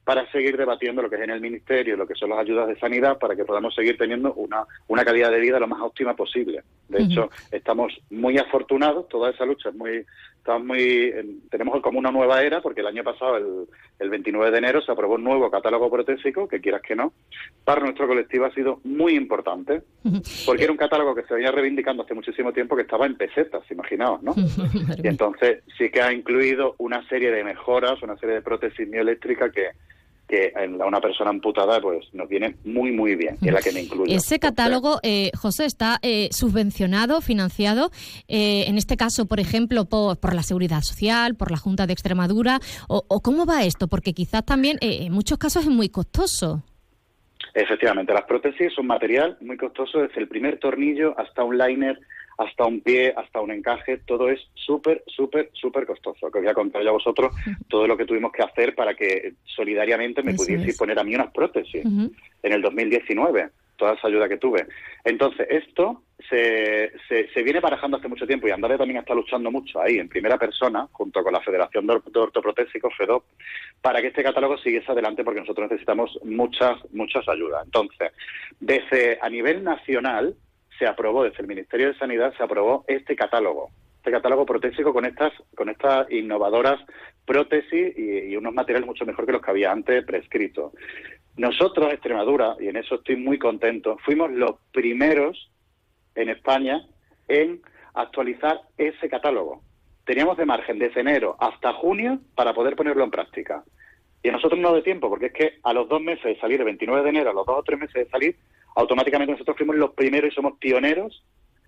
[SPEAKER 21] para seguir debatiendo lo que es en el Ministerio, lo que son las ayudas de sanidad, para que podamos seguir teniendo una, una calidad de vida lo más óptima posible. De uh-huh. hecho, estamos muy afortunados, toda esa lucha es muy... Estamos muy, eh, tenemos como una nueva era, porque el año pasado, el, el veintinueve de enero, se aprobó un nuevo catálogo protésico, que quieras que no, para nuestro colectivo ha sido muy importante, porque era un catálogo que se venía reivindicando hace muchísimo tiempo, que estaba en pesetas, imaginaos, ¿no? Y entonces sí que ha incluido una serie de mejoras, una serie de prótesis mioeléctricas que que en una persona amputada pues nos viene muy muy bien, y es la que me incluye.
[SPEAKER 3] Ese catálogo, eh, José, está eh, subvencionado, financiado, eh, en este caso, por ejemplo, por, por la Seguridad Social, por la Junta de Extremadura, o, o ¿cómo va esto? Porque quizás también eh, en muchos casos es muy costoso.
[SPEAKER 21] Efectivamente, las prótesis son material muy costoso, desde el primer tornillo hasta un liner, hasta un pie, hasta un encaje, todo es súper, súper, súper costoso. Que os voy a contar yo a vosotros todo lo que tuvimos que hacer para que solidariamente me Eso pudieseis es. poner a mí unas prótesis uh-huh. en el dos mil diecinueve, toda esa ayuda que tuve. Entonces, esto se, se, se viene barajando hace mucho tiempo, y Andade también está luchando mucho ahí, en primera persona, junto con la Federación de Ortoprotésicos, FEDOP, para que este catálogo siguiese adelante, porque nosotros necesitamos muchas, muchas ayudas. Entonces, desde a nivel nacional, se aprobó, desde el Ministerio de Sanidad, se aprobó este catálogo, este catálogo protésico con estas con estas innovadoras prótesis y, y unos materiales mucho mejor que los que había antes prescritos. Nosotros, Extremadura, y en eso estoy muy contento, fuimos los primeros en España en actualizar ese catálogo. Teníamos de margen desde enero hasta junio para poder ponerlo en práctica. Y a nosotros no de tiempo, porque es que a los dos meses de salir, el veintinueve de enero, a los dos o tres meses de salir, automáticamente nosotros fuimos los primeros y somos pioneros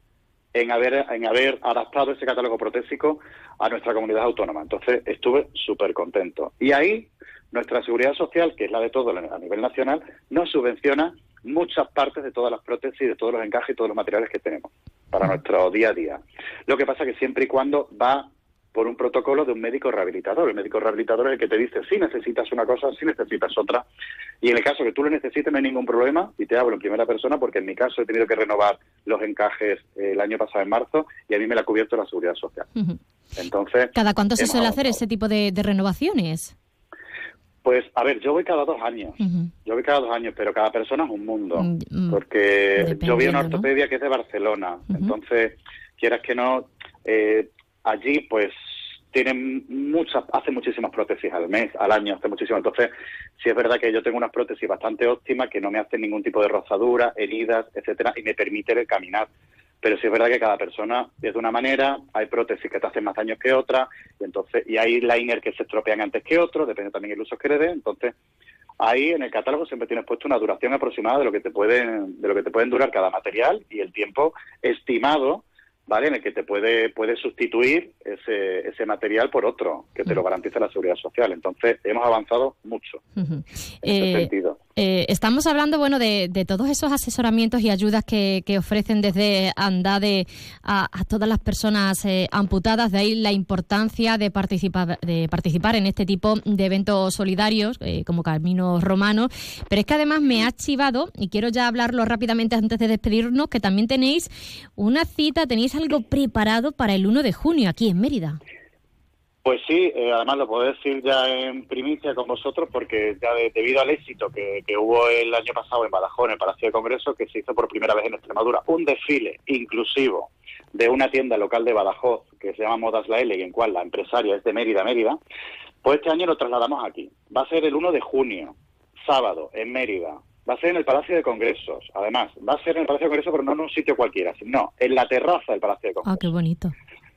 [SPEAKER 21] en haber en haber adaptado ese catálogo protésico a nuestra comunidad autónoma. Entonces estuve súper contento. Y ahí nuestra Seguridad Social, que es la de todo a nivel nacional, nos subvenciona muchas partes de todas las prótesis, de todos los encajes y todos los materiales que tenemos para nuestro día a día. Lo que pasa es que siempre y cuando va por un protocolo de un médico rehabilitador. El médico rehabilitador es el que te dice si necesitas una cosa, si necesitas otra. Y en el caso que tú lo necesites no hay ningún problema, y te hablo en primera persona porque en mi caso he tenido que renovar los encajes eh, el año pasado en marzo, y a mí me la ha cubierto la Seguridad Social. Uh-huh. Entonces,
[SPEAKER 3] ¿cada cuánto se suele
[SPEAKER 21] avanzado.
[SPEAKER 3] hacer ese tipo de, de renovaciones?
[SPEAKER 21] Pues, a ver, yo voy cada dos años. Uh-huh. Yo voy cada dos años, pero cada persona es un mundo. Uh-huh. Porque yo vi una ortopedia, ¿no?, que es de Barcelona. Uh-huh. Entonces, quieras que no, eh, allí, pues, tienen muchas, hacen muchísimas prótesis al mes, al año, hace muchísimas. Entonces, sí es verdad que yo tengo unas prótesis bastante óptimas que no me hacen ningún tipo de rozadura, heridas, etcétera, y me permiten caminar. Pero sí es verdad que cada persona es de una manera, hay prótesis que te hacen más daño que otras, y entonces y hay liners que se estropean antes que otros, depende también del uso que le dé. Entonces, ahí en el catálogo siempre tienes puesto una duración aproximada de lo que te pueden, de lo que te pueden durar cada material, y el tiempo estimado, ¿vale?, en el que te puede puede sustituir ese ese material por otro, que te lo garantiza la Seguridad Social. Entonces, hemos avanzado mucho uh-huh. en ese
[SPEAKER 3] eh,
[SPEAKER 21] sentido.
[SPEAKER 3] Eh, estamos hablando, bueno, de, de todos esos asesoramientos y ayudas que, que ofrecen desde Andade a, a todas las personas eh, amputadas. De ahí la importancia de participar de participar en este tipo de eventos solidarios, eh, como Caminos Romanos. Pero es que además me ha chivado, y quiero ya hablarlo rápidamente antes de despedirnos, que también tenéis una cita, tenéis algo preparado para el uno de junio aquí en Mérida.
[SPEAKER 21] Pues sí, eh, además lo puedo decir ya en primicia con vosotros, porque ya de, debido al éxito que, que hubo el año pasado en Badajoz, en el Palacio de Congresos, que se hizo por primera vez en Extremadura, un desfile inclusivo de una tienda local de Badajoz que se llama Modas La L, y en cual la empresaria es de Mérida, Mérida, pues este año lo trasladamos aquí. Va a ser el uno de junio, sábado, en Mérida. Va a ser en el Palacio de Congresos. Además, va a ser en el Palacio de Congresos, pero no en un sitio cualquiera, sino en la terraza del Palacio de Congresos.
[SPEAKER 3] Ah, qué bonito.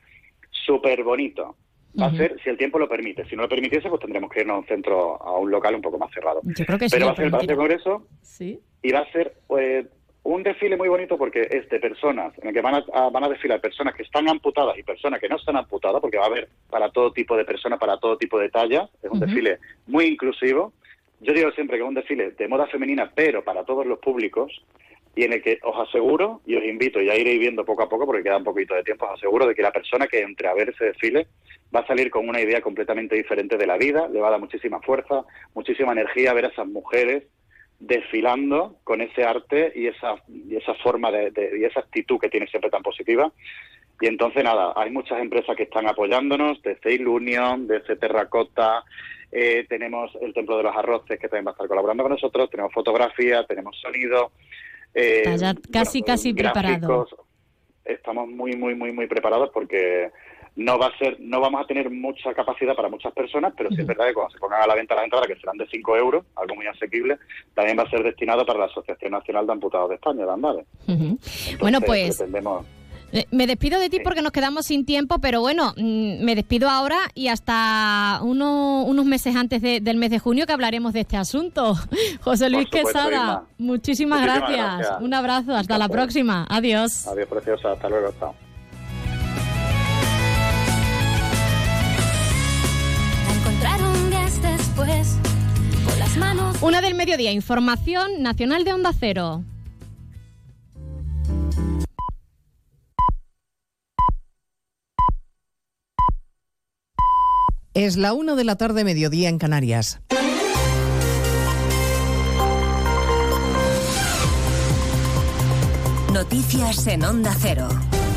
[SPEAKER 21] Súper bonito. Va uh-huh. a ser, si el tiempo lo permite. Si no lo permitiese, pues tendremos que irnos a un centro, a un local un poco más cerrado.
[SPEAKER 3] Yo creo que
[SPEAKER 21] Pero
[SPEAKER 3] sí,
[SPEAKER 21] va a ser el Palacio de Congresos,
[SPEAKER 3] sí.
[SPEAKER 21] Y va a ser pues, un desfile muy bonito, porque es de personas, en el que van a, a, van a desfilar personas que están amputadas y personas que no están amputadas, porque va a haber para todo tipo de personas, para todo tipo de tallas. Es un uh-huh. desfile muy inclusivo. Yo digo siempre que es un desfile de moda femenina, pero para todos los públicos, y en el que os aseguro, y os invito, ya iréis viendo poco a poco porque queda un poquito de tiempo, os aseguro de que la persona que entre a ver ese desfile va a salir con una idea completamente diferente de la vida, le va a dar muchísima fuerza, muchísima energía ver a esas mujeres desfilando con ese arte y esa y esa forma de, de y esa actitud que tiene siempre tan positiva. Y entonces, nada, hay muchas empresas que están apoyándonos, desde Ilunion, desde Terracota, eh, tenemos el Templo de los Arroces, que también va a estar colaborando con nosotros, tenemos fotografía, tenemos sonido. Eh,
[SPEAKER 3] Está ya casi,
[SPEAKER 21] bueno,
[SPEAKER 3] casi preparado.
[SPEAKER 21] Estamos muy, muy, muy, muy preparados porque no va a ser, no vamos a tener mucha capacidad para muchas personas, pero sí es verdad que cuando se pongan a la venta las entradas, que serán de cinco euros, algo muy asequible, también va a ser destinado para la Asociación Nacional de Amputados de España, de Andares.
[SPEAKER 3] Uh-huh.
[SPEAKER 21] Entonces,
[SPEAKER 3] bueno, pues...
[SPEAKER 21] pretendemos...
[SPEAKER 3] Me despido de ti porque nos quedamos sin tiempo, pero bueno, me despido ahora y hasta uno, unos meses antes de, del mes de junio que hablaremos de este asunto. José Luis supuesto, Quesada,
[SPEAKER 21] Irma.
[SPEAKER 3] muchísimas,
[SPEAKER 21] muchísimas
[SPEAKER 3] gracias.
[SPEAKER 21] gracias.
[SPEAKER 3] Un abrazo, hasta la próxima. Adiós.
[SPEAKER 21] Adiós, preciosa. Hasta luego. Chao.
[SPEAKER 6] Encontraron días después con las manos.
[SPEAKER 3] Una del mediodía, información nacional de Onda Cero.
[SPEAKER 5] Es la una de la tarde, mediodía en Canarias.
[SPEAKER 22] Noticias en Onda Cero.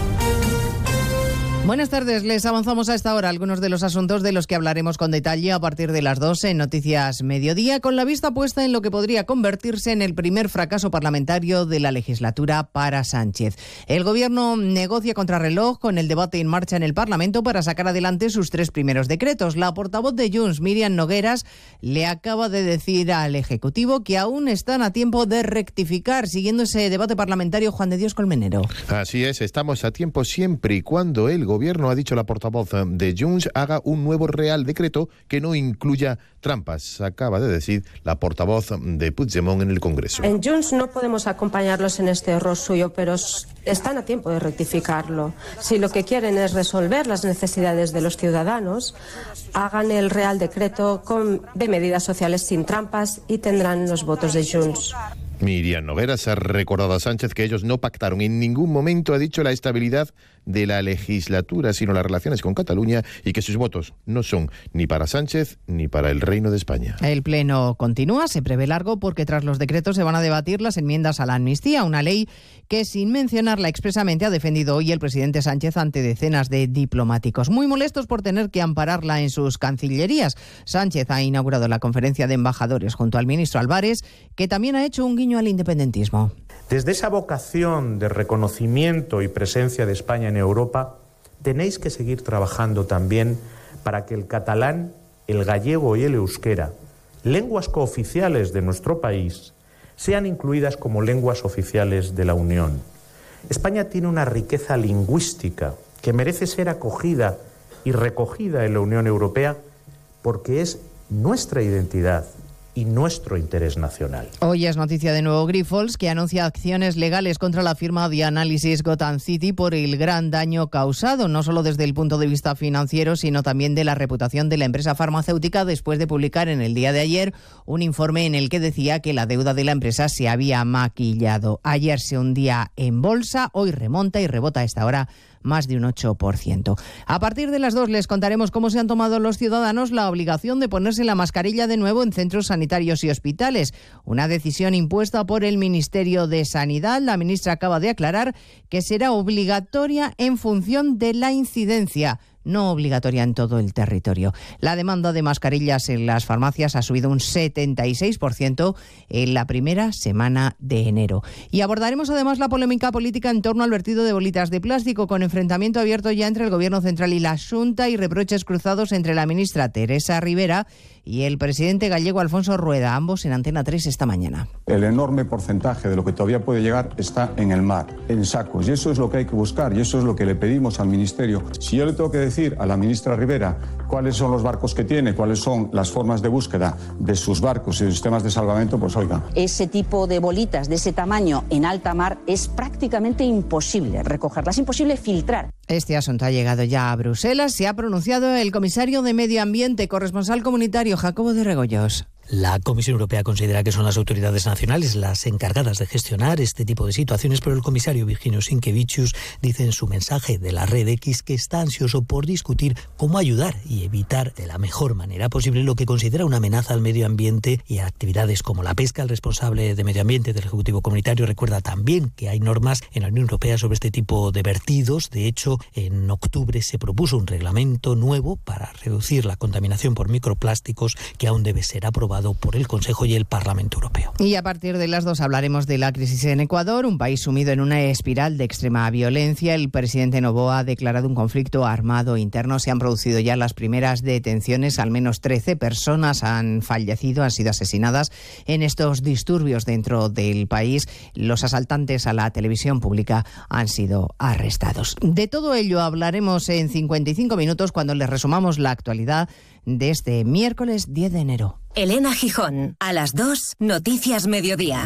[SPEAKER 5] Buenas tardes, les avanzamos a esta hora algunos de los asuntos de los que hablaremos con detalle a partir de las doce en Noticias Mediodía, con la vista puesta en lo que podría convertirse en el primer fracaso parlamentario de la legislatura para Sánchez. El Gobierno negocia contrarreloj con el debate en marcha en el Parlamento para sacar adelante sus tres primeros decretos. La portavoz de Junts, Míriam Nogueras, le acaba de decir al Ejecutivo que aún están a tiempo de rectificar. Siguiendo ese debate parlamentario, Juan de Dios Colmenero.
[SPEAKER 23] Así es, estamos a tiempo siempre y cuando el Gobierno, ha dicho la portavoz de Junts, haga un nuevo Real Decreto que no incluya trampas, acaba de decir la portavoz de Puigdemont en el Congreso.
[SPEAKER 24] En Junts no podemos acompañarlos en este error suyo, pero están a tiempo de rectificarlo. Si lo que quieren es resolver las necesidades de los ciudadanos, hagan el Real Decreto con, de medidas sociales sin trampas y tendrán los votos de Junts.
[SPEAKER 23] Míriam Nogueras ha recordado a Sánchez que ellos no pactaron en ningún momento, ha dicho, la estabilidad de la legislatura, sino las relaciones con Cataluña, y que sus votos no son ni para Sánchez ni para el Reino de España.
[SPEAKER 5] El Pleno continúa, se prevé largo porque tras los decretos se van a debatir las enmiendas a la amnistía, una ley que sin mencionarla expresamente ha defendido hoy el presidente Sánchez ante decenas de diplomáticos, muy molestos por tener que ampararla en sus cancillerías. Sánchez ha inaugurado la conferencia de embajadores junto al ministro Álvarez, que también ha hecho un guiño al independentismo.
[SPEAKER 25] Desde esa vocación de reconocimiento y presencia de España en Europa, tenéis que seguir trabajando también para que el catalán, el gallego y el euskera, lenguas cooficiales de nuestro país, sean incluidas como lenguas oficiales de la Unión. España tiene una riqueza lingüística que merece ser acogida y recogida en la Unión Europea porque es nuestra identidad y nuestro interés nacional.
[SPEAKER 5] Hoy es noticia de nuevo Grifols, que anuncia acciones legales contra la firma de análisis Gotham City por el gran daño causado, no solo desde el punto de vista financiero, sino también de la reputación de la empresa farmacéutica, después de publicar en el día de ayer un informe en el que decía que la deuda de la empresa se había maquillado. Ayer se hundía en bolsa, hoy remonta y rebota a esta hora más de un ocho por ciento. A partir de las dos les contaremos cómo se han tomado los ciudadanos la obligación de ponerse la mascarilla de nuevo en centros sanitarios y hospitales. Una decisión impuesta por el Ministerio de Sanidad. La ministra acaba de aclarar que será obligatoria en función de la incidencia, no obligatoria en todo el territorio. La demanda de mascarillas en las farmacias ha subido un setenta y seis por ciento en la primera semana de enero. Y abordaremos además la polémica política en torno al vertido de bolitas de plástico, con enfrentamiento abierto ya entre el Gobierno Central y la Xunta y reproches cruzados entre la ministra Teresa Rivera y el presidente gallego Alfonso Rueda, ambos en Antena tres esta mañana.
[SPEAKER 26] El enorme porcentaje de lo que todavía puede llegar está en el mar, en sacos, y eso es lo que hay que buscar, y eso es lo que le pedimos al Ministerio. Si yo le tengo que decir a la ministra Rivera cuáles son los barcos que tiene, cuáles son las formas de búsqueda de sus barcos y sistemas de salvamento, pues oiga.
[SPEAKER 27] Ese tipo de bolitas de ese tamaño en alta mar es prácticamente imposible recogerlas, imposible filtrar.
[SPEAKER 5] Este asunto ha llegado ya a Bruselas. Se ha pronunciado el comisario de Medio Ambiente, corresponsal comunitario Jacobo de Regoyos.
[SPEAKER 1] La Comisión Europea considera que son las autoridades nacionales las encargadas de gestionar este tipo de situaciones, pero el comisario Virginijus Sinkevičius dice en su mensaje de la Red X que está ansioso por discutir cómo ayudar y evitar de la mejor manera posible lo que considera una amenaza al medio ambiente y a actividades como la pesca. El responsable de medio ambiente del Ejecutivo Comunitario recuerda también que hay normas en la Unión Europea sobre este tipo de vertidos. De hecho, en octubre se propuso un reglamento nuevo para reducir la contaminación por microplásticos que aún debe ser aprobado por el Consejo y el Parlamento Europeo.
[SPEAKER 5] Y a partir de las dos hablaremos de la crisis en Ecuador, un país sumido en una espiral de extrema violencia. El presidente Noboa ha declarado un conflicto armado interno. Se han producido ya las primeras detenciones. Al menos trece personas han fallecido, han sido asesinadas en estos disturbios dentro del país. Los asaltantes a la televisión pública han sido arrestados. De todo ello hablaremos en cincuenta y cinco minutos cuando les resumamos la actualidad de este miércoles diez de enero.
[SPEAKER 22] Elena Gijón, a las dos, Noticias Mediodía.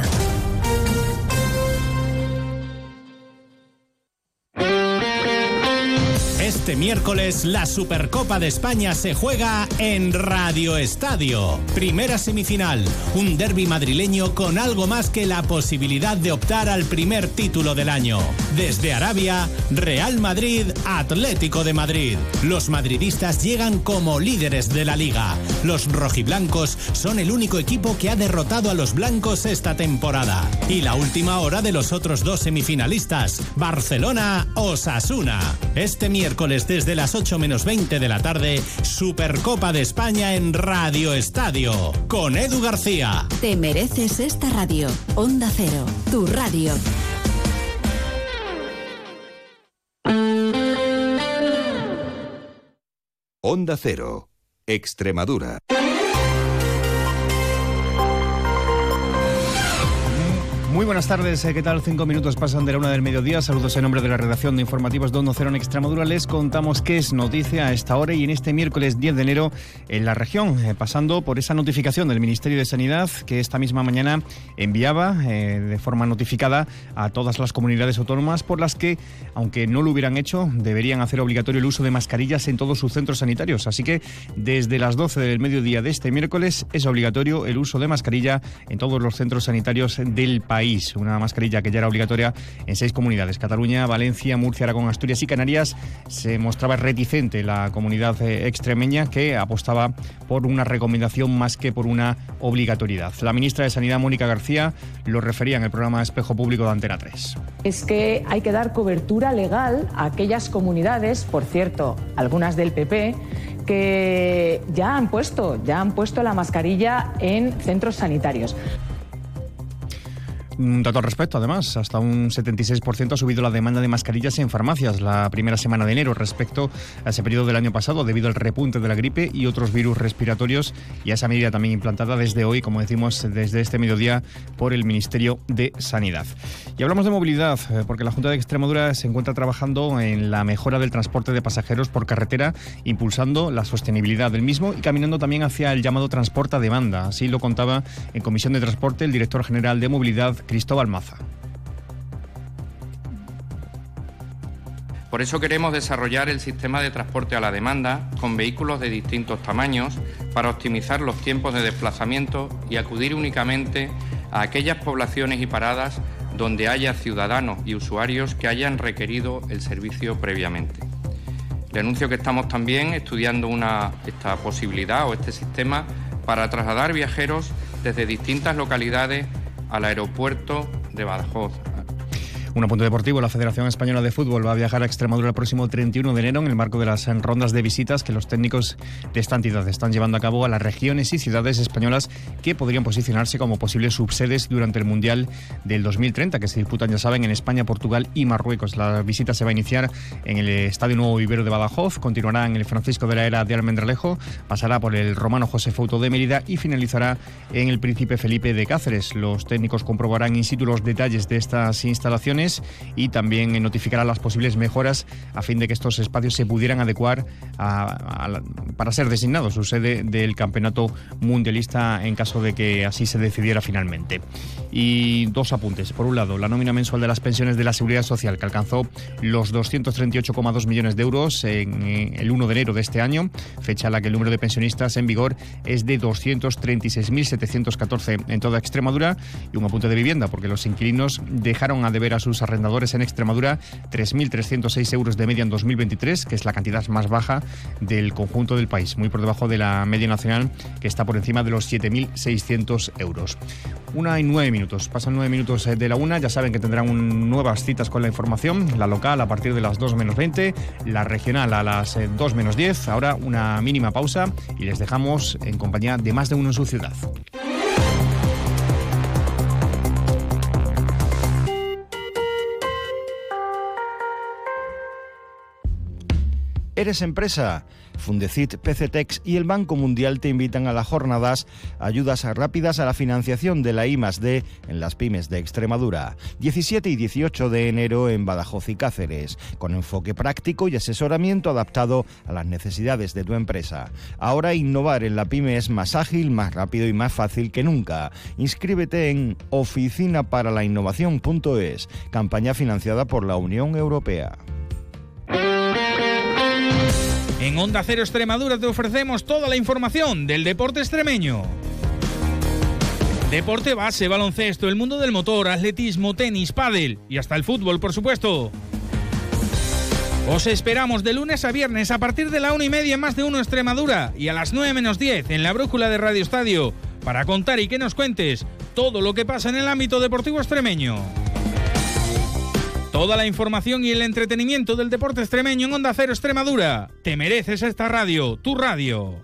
[SPEAKER 4] Este miércoles la Supercopa de España se juega en Radio Estadio. Primera semifinal, un derbi madrileño con algo más que la posibilidad de optar al primer título del año. Desde Arabia, Real Madrid, Atlético de Madrid. Los madridistas llegan como líderes de la liga. Los rojiblancos son el único equipo que ha derrotado a los blancos esta temporada. Y la última hora de los otros dos semifinalistas, Barcelona-Osasuna. Este miércoles desde las ocho menos veinte de la tarde, Supercopa de España en Radio Estadio, con Edu García.
[SPEAKER 22] Te mereces esta radio. Onda Cero, tu radio.
[SPEAKER 7] Onda Cero, Extremadura.
[SPEAKER 8] Muy buenas tardes, ¿qué tal? Cinco minutos pasan de la una del mediodía. Saludos en nombre de la redacción de informativos de Onda Cero en Extremadura. Les contamos qué es noticia a esta hora y en este miércoles diez de enero en la región, eh, pasando por esa notificación del Ministerio de Sanidad que esta misma mañana enviaba eh, de forma notificada a todas las comunidades autónomas por las que, aunque no lo hubieran hecho, deberían hacer obligatorio el uso de mascarillas en todos sus centros sanitarios. Así que desde las doce del mediodía de este miércoles es obligatorio el uso de mascarilla en todos los centros sanitarios del país. Una mascarilla que ya era obligatoria en seis comunidades: Cataluña, Valencia, Murcia, Aragón, Asturias y Canarias. Se mostraba reticente la comunidad extremeña, que apostaba por una recomendación más que por una obligatoriedad. La ministra de Sanidad, Mónica García, lo refería en el programa Espejo Público de Antena tres.
[SPEAKER 9] Es que hay que dar cobertura legal a aquellas comunidades, por cierto, algunas del P P, que ya han puesto, ya han puesto la mascarilla en centros sanitarios.
[SPEAKER 8] Un dato al respecto, además, hasta un setenta y seis por ciento ha subido la demanda de mascarillas en farmacias la primera semana de enero respecto a ese periodo del año pasado, debido al repunte de la gripe y otros virus respiratorios, y a esa medida también implantada desde hoy, como decimos, desde este mediodía por el Ministerio de Sanidad. Y hablamos de movilidad, porque la Junta de Extremadura se encuentra trabajando en la mejora del transporte de pasajeros por carretera, impulsando la sostenibilidad del mismo y caminando también hacia el llamado transporte a demanda. Así lo contaba en Comisión de Transporte el director general de Movilidad, Cristóbal Maza.
[SPEAKER 10] Por eso queremos desarrollar el sistema de transporte a la demanda con vehículos de distintos tamaños para optimizar los tiempos de desplazamiento y acudir únicamente a aquellas poblaciones y paradas donde haya ciudadanos y usuarios que hayan requerido el servicio previamente. Le anuncio que estamos también estudiando una, esta posibilidad o este sistema para trasladar viajeros desde distintas localidades al aeropuerto de Badajoz.
[SPEAKER 8] Un apunte deportivo: la Federación Española de Fútbol va a viajar a Extremadura el próximo treinta y uno de enero en el marco de las rondas de visitas que los técnicos de esta entidad están llevando a cabo a las regiones y ciudades españolas que podrían posicionarse como posibles subsedes durante el Mundial del dos mil treinta, que se disputan, ya saben, en España, Portugal y Marruecos. La visita se va a iniciar en el Estadio Nuevo Vivero de Badajoz, continuará en el Francisco de la Era de Almendralejo, pasará por el Romano José Fouto de Mérida y finalizará en el Príncipe Felipe de Cáceres. Los técnicos comprobarán in situ los detalles de estas instalaciones y también notificará las posibles mejoras a fin de que estos espacios se pudieran adecuar a, a, para ser designados su sede del campeonato mundialista en caso de que así se decidiera finalmente. Y dos apuntes. Por un lado, la nómina mensual de las pensiones de la Seguridad Social, que alcanzó los doscientos treinta y ocho coma dos millones de euros en el uno de enero de este año, fecha en la que el número de pensionistas en vigor es de doscientos treinta y seis mil setecientos catorce en toda Extremadura. Y un apunte de vivienda, porque los inquilinos dejaron a deber a sus arrendadores en Extremadura tres mil trescientos seis euros de media en dos mil veintitrés, que es la cantidad más baja del conjunto del país, muy por debajo de la media nacional, que está por encima de los siete mil seiscientos euros. Una y nueve minutos. Pasan nueve minutos de la una. Ya saben que tendrán un, nuevas citas con la información. La local a partir de las dos menos veinte. La regional a las dos menos diez. Ahora una mínima pausa y les dejamos en compañía de Más de Uno en su ciudad. ¿Eres empresa? Fundecit, PCTEX y el Banco Mundial te invitan a las jornadas Ayudas rápidas a la financiación de la I más D en las pymes de Extremadura. diecisiete y dieciocho de enero en Badajoz y Cáceres, con enfoque práctico y asesoramiento adaptado a las necesidades de tu empresa. Ahora innovar en la pyme es más ágil, más rápido y más fácil que nunca. Inscríbete en oficina para la innovación punto es, campaña financiada por la Unión Europea.
[SPEAKER 11] En Onda Cero Extremadura te ofrecemos toda la información del deporte extremeño. Deporte base, baloncesto, el mundo del motor, atletismo, tenis, pádel y hasta el fútbol, por supuesto. Os esperamos de lunes a viernes a partir de la una y media en Más de Uno Extremadura y a las nueve menos diez en la brújula de Radio Estadio para contar y que nos cuentes todo lo que pasa en el ámbito deportivo extremeño. Toda la información y el entretenimiento del deporte extremeño en Onda Cero Extremadura. Te mereces esta radio, tu radio.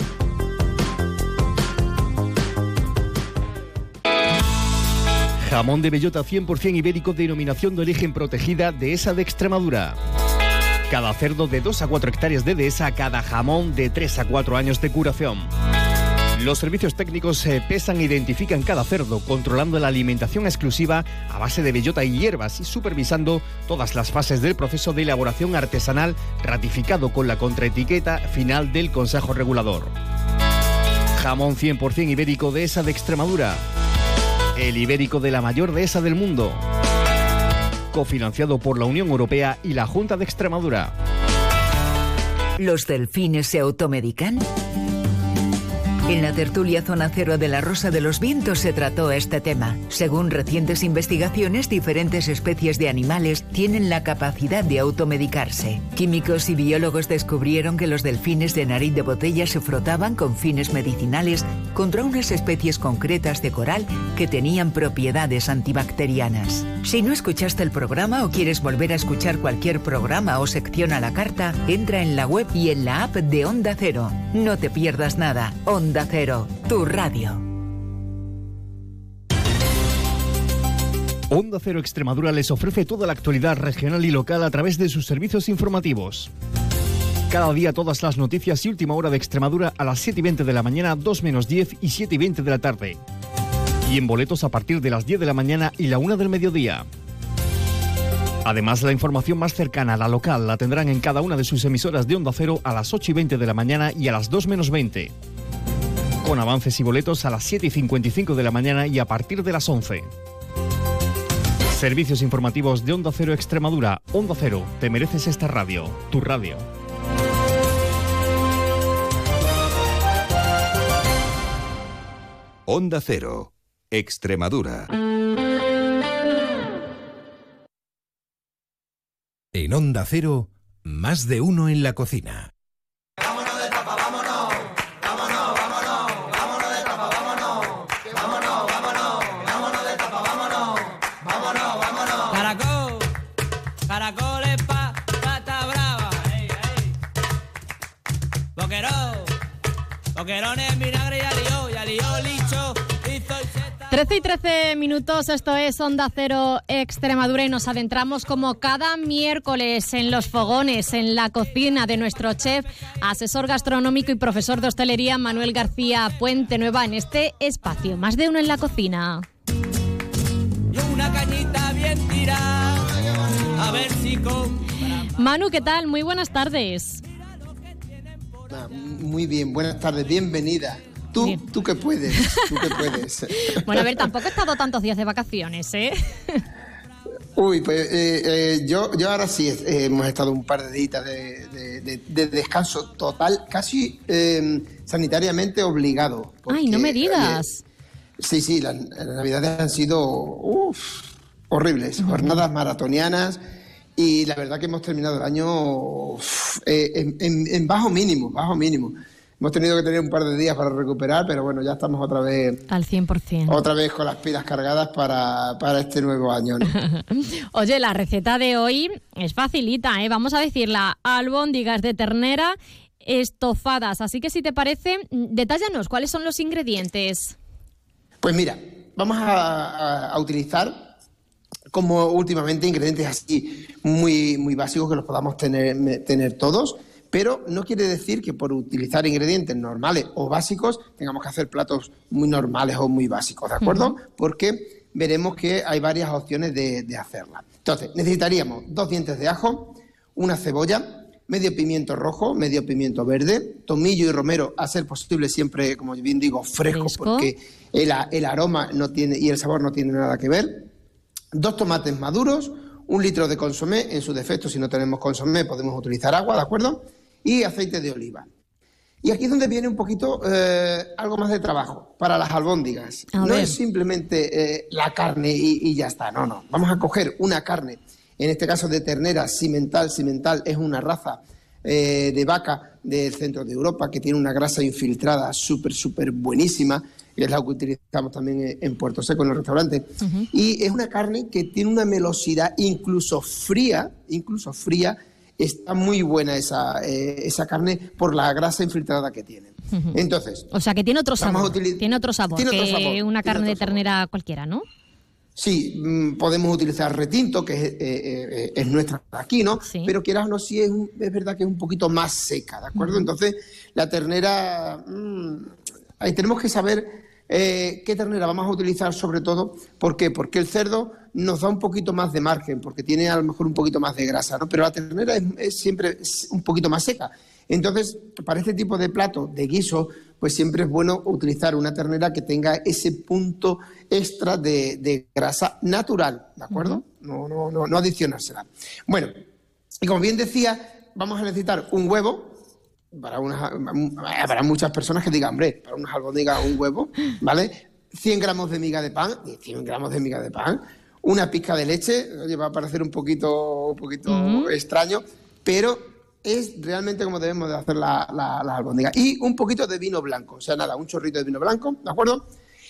[SPEAKER 12] Jamón de bellota cien por ciento ibérico, denominación de origen protegida Dehesa de Extremadura. Cada cerdo de dos a cuatro hectáreas de dehesa, cada jamón de tres a cuatro años de curación. Los servicios técnicos se pesan e identifican cada cerdo, controlando la alimentación exclusiva a base de bellota y hierbas y supervisando todas las fases del proceso de elaboración artesanal, ratificado con la contraetiqueta final del Consejo Regulador. Jamón cien por ciento ibérico Dehesa de Extremadura. El ibérico de la mayor dehesa del mundo. Cofinanciado por la Unión Europea y la Junta de Extremadura.
[SPEAKER 13] ¿Los delfines se automedican? En la tertulia Zona Cero de la Rosa de los Vientos se trató este tema. Según recientes investigaciones, diferentes especies de animales tienen la capacidad de automedicarse. Químicos y biólogos descubrieron que los delfines de nariz de botella se frotaban con fines medicinales contra unas especies concretas de coral que tenían propiedades antibacterianas. Si no escuchaste el programa o quieres volver a escuchar cualquier programa o sección a la carta, entra en la web y en la app de Onda Cero. No te pierdas nada. Onda Cero, tu radio.
[SPEAKER 12] Onda Cero Extremadura les ofrece toda la actualidad regional y local a través de sus servicios informativos. Cada día todas las noticias y última hora de Extremadura a las siete y veinte de la mañana, dos menos diez y siete y veinte de la tarde. Y en boletos a partir de las diez de la mañana y la una del mediodía. Además, la información más cercana a la local la tendrán en cada una de sus emisoras de Onda Cero a las ocho y veinte de la mañana y a las dos menos veinte. Con avances y boletos a las siete y cincuenta y cinco de la mañana y a partir de las once. Servicios informativos de Onda Cero Extremadura. Onda Cero, te mereces esta radio, tu radio.
[SPEAKER 7] Onda Cero, Extremadura.
[SPEAKER 14] En Onda Cero, Más de Uno en la cocina.
[SPEAKER 20] Caracol, caracoles pa, pata brava, ey, ey. Boquerón, boquerones, vinagre y alió, y alió, licho, hizo y seta.
[SPEAKER 3] trece y trece minutos, esto es Onda Cero Extremadura y nos adentramos como cada miércoles en los fogones, en la cocina de nuestro chef, asesor gastronómico y profesor de hostelería Manuel García Puente Nueva en este espacio, Más de Uno en la cocina.
[SPEAKER 20] Y una cañita bien tirada, a ver si con...
[SPEAKER 3] Manu, ¿qué tal? Muy buenas tardes.
[SPEAKER 15] Muy bien, buenas tardes, bienvenida.
[SPEAKER 2] Tú, tú que puedes, tú que puedes.
[SPEAKER 3] Bueno, a ver, tampoco he estado tantos días de vacaciones, ¿eh?
[SPEAKER 2] Uy, pues eh, eh, yo, yo ahora sí eh, hemos estado un par de días de, de, de, de descanso total, casi eh, sanitariamente obligado. Porque,
[SPEAKER 3] Ay, no me digas.
[SPEAKER 2] Eh, sí, sí, las, las navidades han sido uf, horribles, uh-huh. jornadas maratonianas, y la verdad que hemos terminado el año uf, eh, en, en, en bajo mínimo, bajo mínimo. Hemos tenido que tener un par de días para recuperar, pero bueno, ya estamos otra vez...
[SPEAKER 3] Al cien por ciento.
[SPEAKER 2] Otra vez con las pilas cargadas para, para este nuevo año, ¿no?
[SPEAKER 3] Oye, la receta de hoy es facilita, ¿eh? Vamos a decirla, albóndigas de ternera estofadas. Así que si te parece, detállanos, ¿cuáles son los ingredientes?
[SPEAKER 2] Pues mira, vamos a, a, a utilizar como últimamente ingredientes así muy, muy básicos que los podamos tener, tener todos. Pero no quiere decir que por utilizar ingredientes normales o básicos tengamos que hacer platos muy normales o muy básicos, ¿de acuerdo? Uh-huh. Porque veremos que hay varias opciones de, de hacerla. Entonces, necesitaríamos dos dientes de ajo, una cebolla, medio pimiento rojo, medio pimiento verde, tomillo y romero, a ser posible siempre, como bien digo, fresco, ¿Fresco? porque el, el aroma no tiene y el sabor no tiene nada que ver, dos tomates maduros, un litro de consomé, en su defecto, si no tenemos consomé podemos utilizar agua, ¿de acuerdo? Y aceite de oliva. Y aquí es donde viene un poquito eh, algo más de trabajo para las albóndigas. A no ver. es simplemente eh, la carne y, y ya está, no, no. Vamos a coger una carne, en este caso de ternera cimental. Cimental es una raza eh, de vaca del centro de Europa que tiene una grasa infiltrada súper, súper buenísima, y es la que utilizamos también en Puerto Seco, en los restaurantes. Uh-huh. Y es una carne que tiene una melosidad incluso fría, incluso fría. Está muy buena esa, eh, esa carne por la grasa infiltrada que tiene. Uh-huh. Entonces,
[SPEAKER 3] o sea, que tiene otro sabor. Utiliz- tiene otro sabor
[SPEAKER 2] tiene
[SPEAKER 3] que
[SPEAKER 2] otro sabor,
[SPEAKER 3] una carne de ternera
[SPEAKER 2] sabor.
[SPEAKER 3] cualquiera, ¿no?
[SPEAKER 2] Sí, mmm, podemos utilizar retinto, que es, eh, eh, es nuestra aquí, ¿no? Sí. Pero quieras o no, sí es, un, es verdad que es un poquito más seca, ¿de acuerdo? Uh-huh. Entonces, la ternera... Mmm, ahí tenemos que saber... Eh, ¿Qué ternera vamos a utilizar sobre todo? ¿Por qué? Porque el cerdo nos da un poquito más de margen, porque tiene a lo mejor un poquito más de grasa, ¿no? Pero la ternera es, es siempre un poquito más seca. Entonces, para este tipo de plato, de guiso, pues siempre es bueno utilizar una ternera que tenga ese punto extra de, de grasa natural, ¿de acuerdo? Uh-huh. No, no, no, no adicionársela. Bueno, y como bien decía, vamos a necesitar un huevo. Para, unas, para muchas personas que digan, hombre, para unas albóndigas un huevo, ¿vale? cien gramos de miga de pan, cien gramos de miga de pan, una pizca de leche, oye, va a parecer un poquito, un poquito uh-huh. extraño, pero es realmente como debemos de hacer las la, la albóndigas. Y un poquito de vino blanco, o sea, nada, un chorrito de vino blanco, ¿de acuerdo?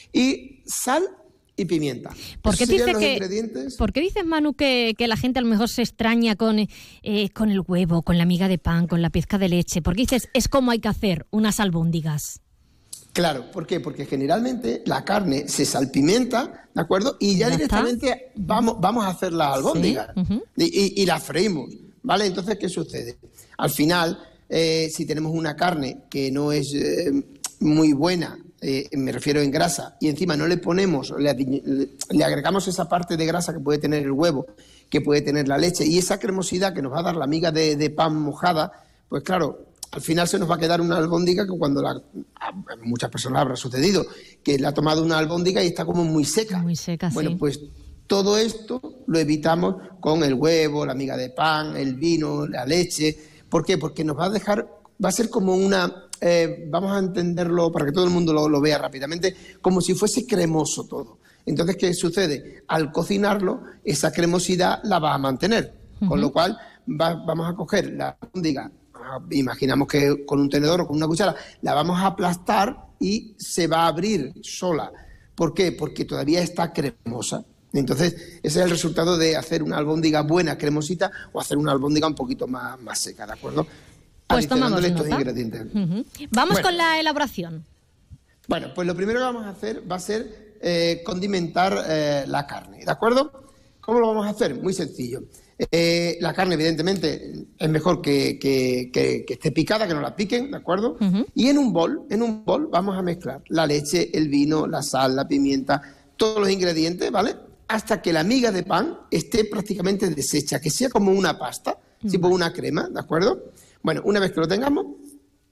[SPEAKER 2] Y sal y pimienta.
[SPEAKER 3] ¿Por qué, dice que, ¿Por qué dices, Manu, que, que la gente a lo mejor se extraña con, eh, con el huevo, con la miga de pan, con la pizca de leche? ¿Por qué dices, es como hay que hacer unas albóndigas?
[SPEAKER 2] Claro, ¿por qué? Porque generalmente la carne se salpimenta, ¿de acuerdo? Y ya, ya directamente vamos, vamos a hacer las albóndigas. ¿Sí? Uh-huh. y, y, y las freímos, ¿vale? Entonces, ¿qué sucede? Al final, eh, si tenemos una carne que no es eh, muy buena, Eh, me refiero en grasa, y encima no le ponemos, le, le, le agregamos esa parte de grasa que puede tener el huevo, que puede tener la leche, y esa cremosidad que nos va a dar la miga de, de pan mojada, pues claro, al final se nos va a quedar una albóndiga que cuando la, a muchas personas habrá sucedido, que le ha tomado una albóndiga y está como muy seca.
[SPEAKER 3] Muy seca,
[SPEAKER 2] bueno,
[SPEAKER 3] sí.
[SPEAKER 2] pues todo esto lo evitamos con el huevo, la miga de pan, el vino, la leche. ¿Por qué? Porque nos va a dejar, va a ser como una... Eh, vamos a entenderlo para que todo el mundo lo, lo vea rápidamente, como si fuese cremoso todo. Entonces, ¿qué sucede? Al cocinarlo, esa cremosidad la va a mantener. Uh-huh. Con lo cual, va, vamos a coger la albóndiga, imaginamos que con un tenedor o con una cuchara, la vamos a aplastar y se va a abrir sola. ¿Por qué? Porque todavía está cremosa. Entonces, ese es el resultado de hacer una albóndiga buena, cremosita, o hacer una albóndiga un poquito más, más seca, ¿de acuerdo?
[SPEAKER 3] Pues tomamos
[SPEAKER 2] estos
[SPEAKER 3] nota.
[SPEAKER 2] ingredientes.
[SPEAKER 3] Uh-huh. Vamos
[SPEAKER 2] bueno,
[SPEAKER 3] con la elaboración.
[SPEAKER 2] Bueno, pues lo primero que vamos a hacer va a ser eh, condimentar eh, la carne, ¿de acuerdo? ¿Cómo lo vamos a hacer? Muy sencillo. Eh, la carne, evidentemente, es mejor que, que, que, que esté picada, que no la piquen, ¿de acuerdo? Uh-huh. Y en un bol, en un bol vamos a mezclar la leche, el vino, la sal, la pimienta, todos los ingredientes, ¿vale? Hasta que la miga de pan esté prácticamente deshecha, que sea como una pasta, uh-huh. tipo una crema, ¿de acuerdo? Bueno, una vez que lo tengamos,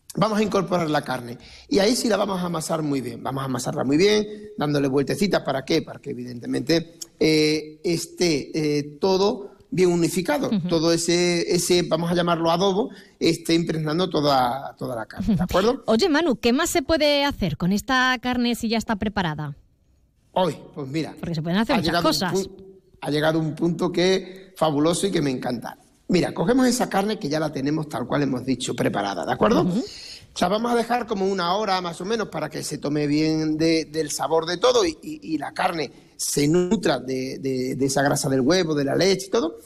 [SPEAKER 2] vamos a incorporar la carne. Y ahí sí la vamos a amasar muy bien. Vamos a amasarla muy bien, dándole vueltecitas. ¿Para qué? Para que evidentemente eh, esté eh, todo bien unificado. Uh-huh. Todo ese, ese, vamos a llamarlo adobo, esté impregnando toda, toda la carne. ¿De acuerdo?
[SPEAKER 3] Oye, Manu, ¿qué más se puede hacer con esta carne si ya está preparada?
[SPEAKER 2] Hoy, pues mira.
[SPEAKER 3] Porque se pueden hacer muchas cosas.
[SPEAKER 2] Un, ha llegado un punto que es fabuloso y que me encanta. Mira, cogemos esa carne que ya la tenemos tal cual hemos dicho, preparada, ¿de acuerdo? Uh-huh. O sea, vamos a dejar como una hora más o menos para que se tome bien de, del sabor de todo y, y, y la carne se nutra de, de, de esa grasa del huevo, de la leche y todo.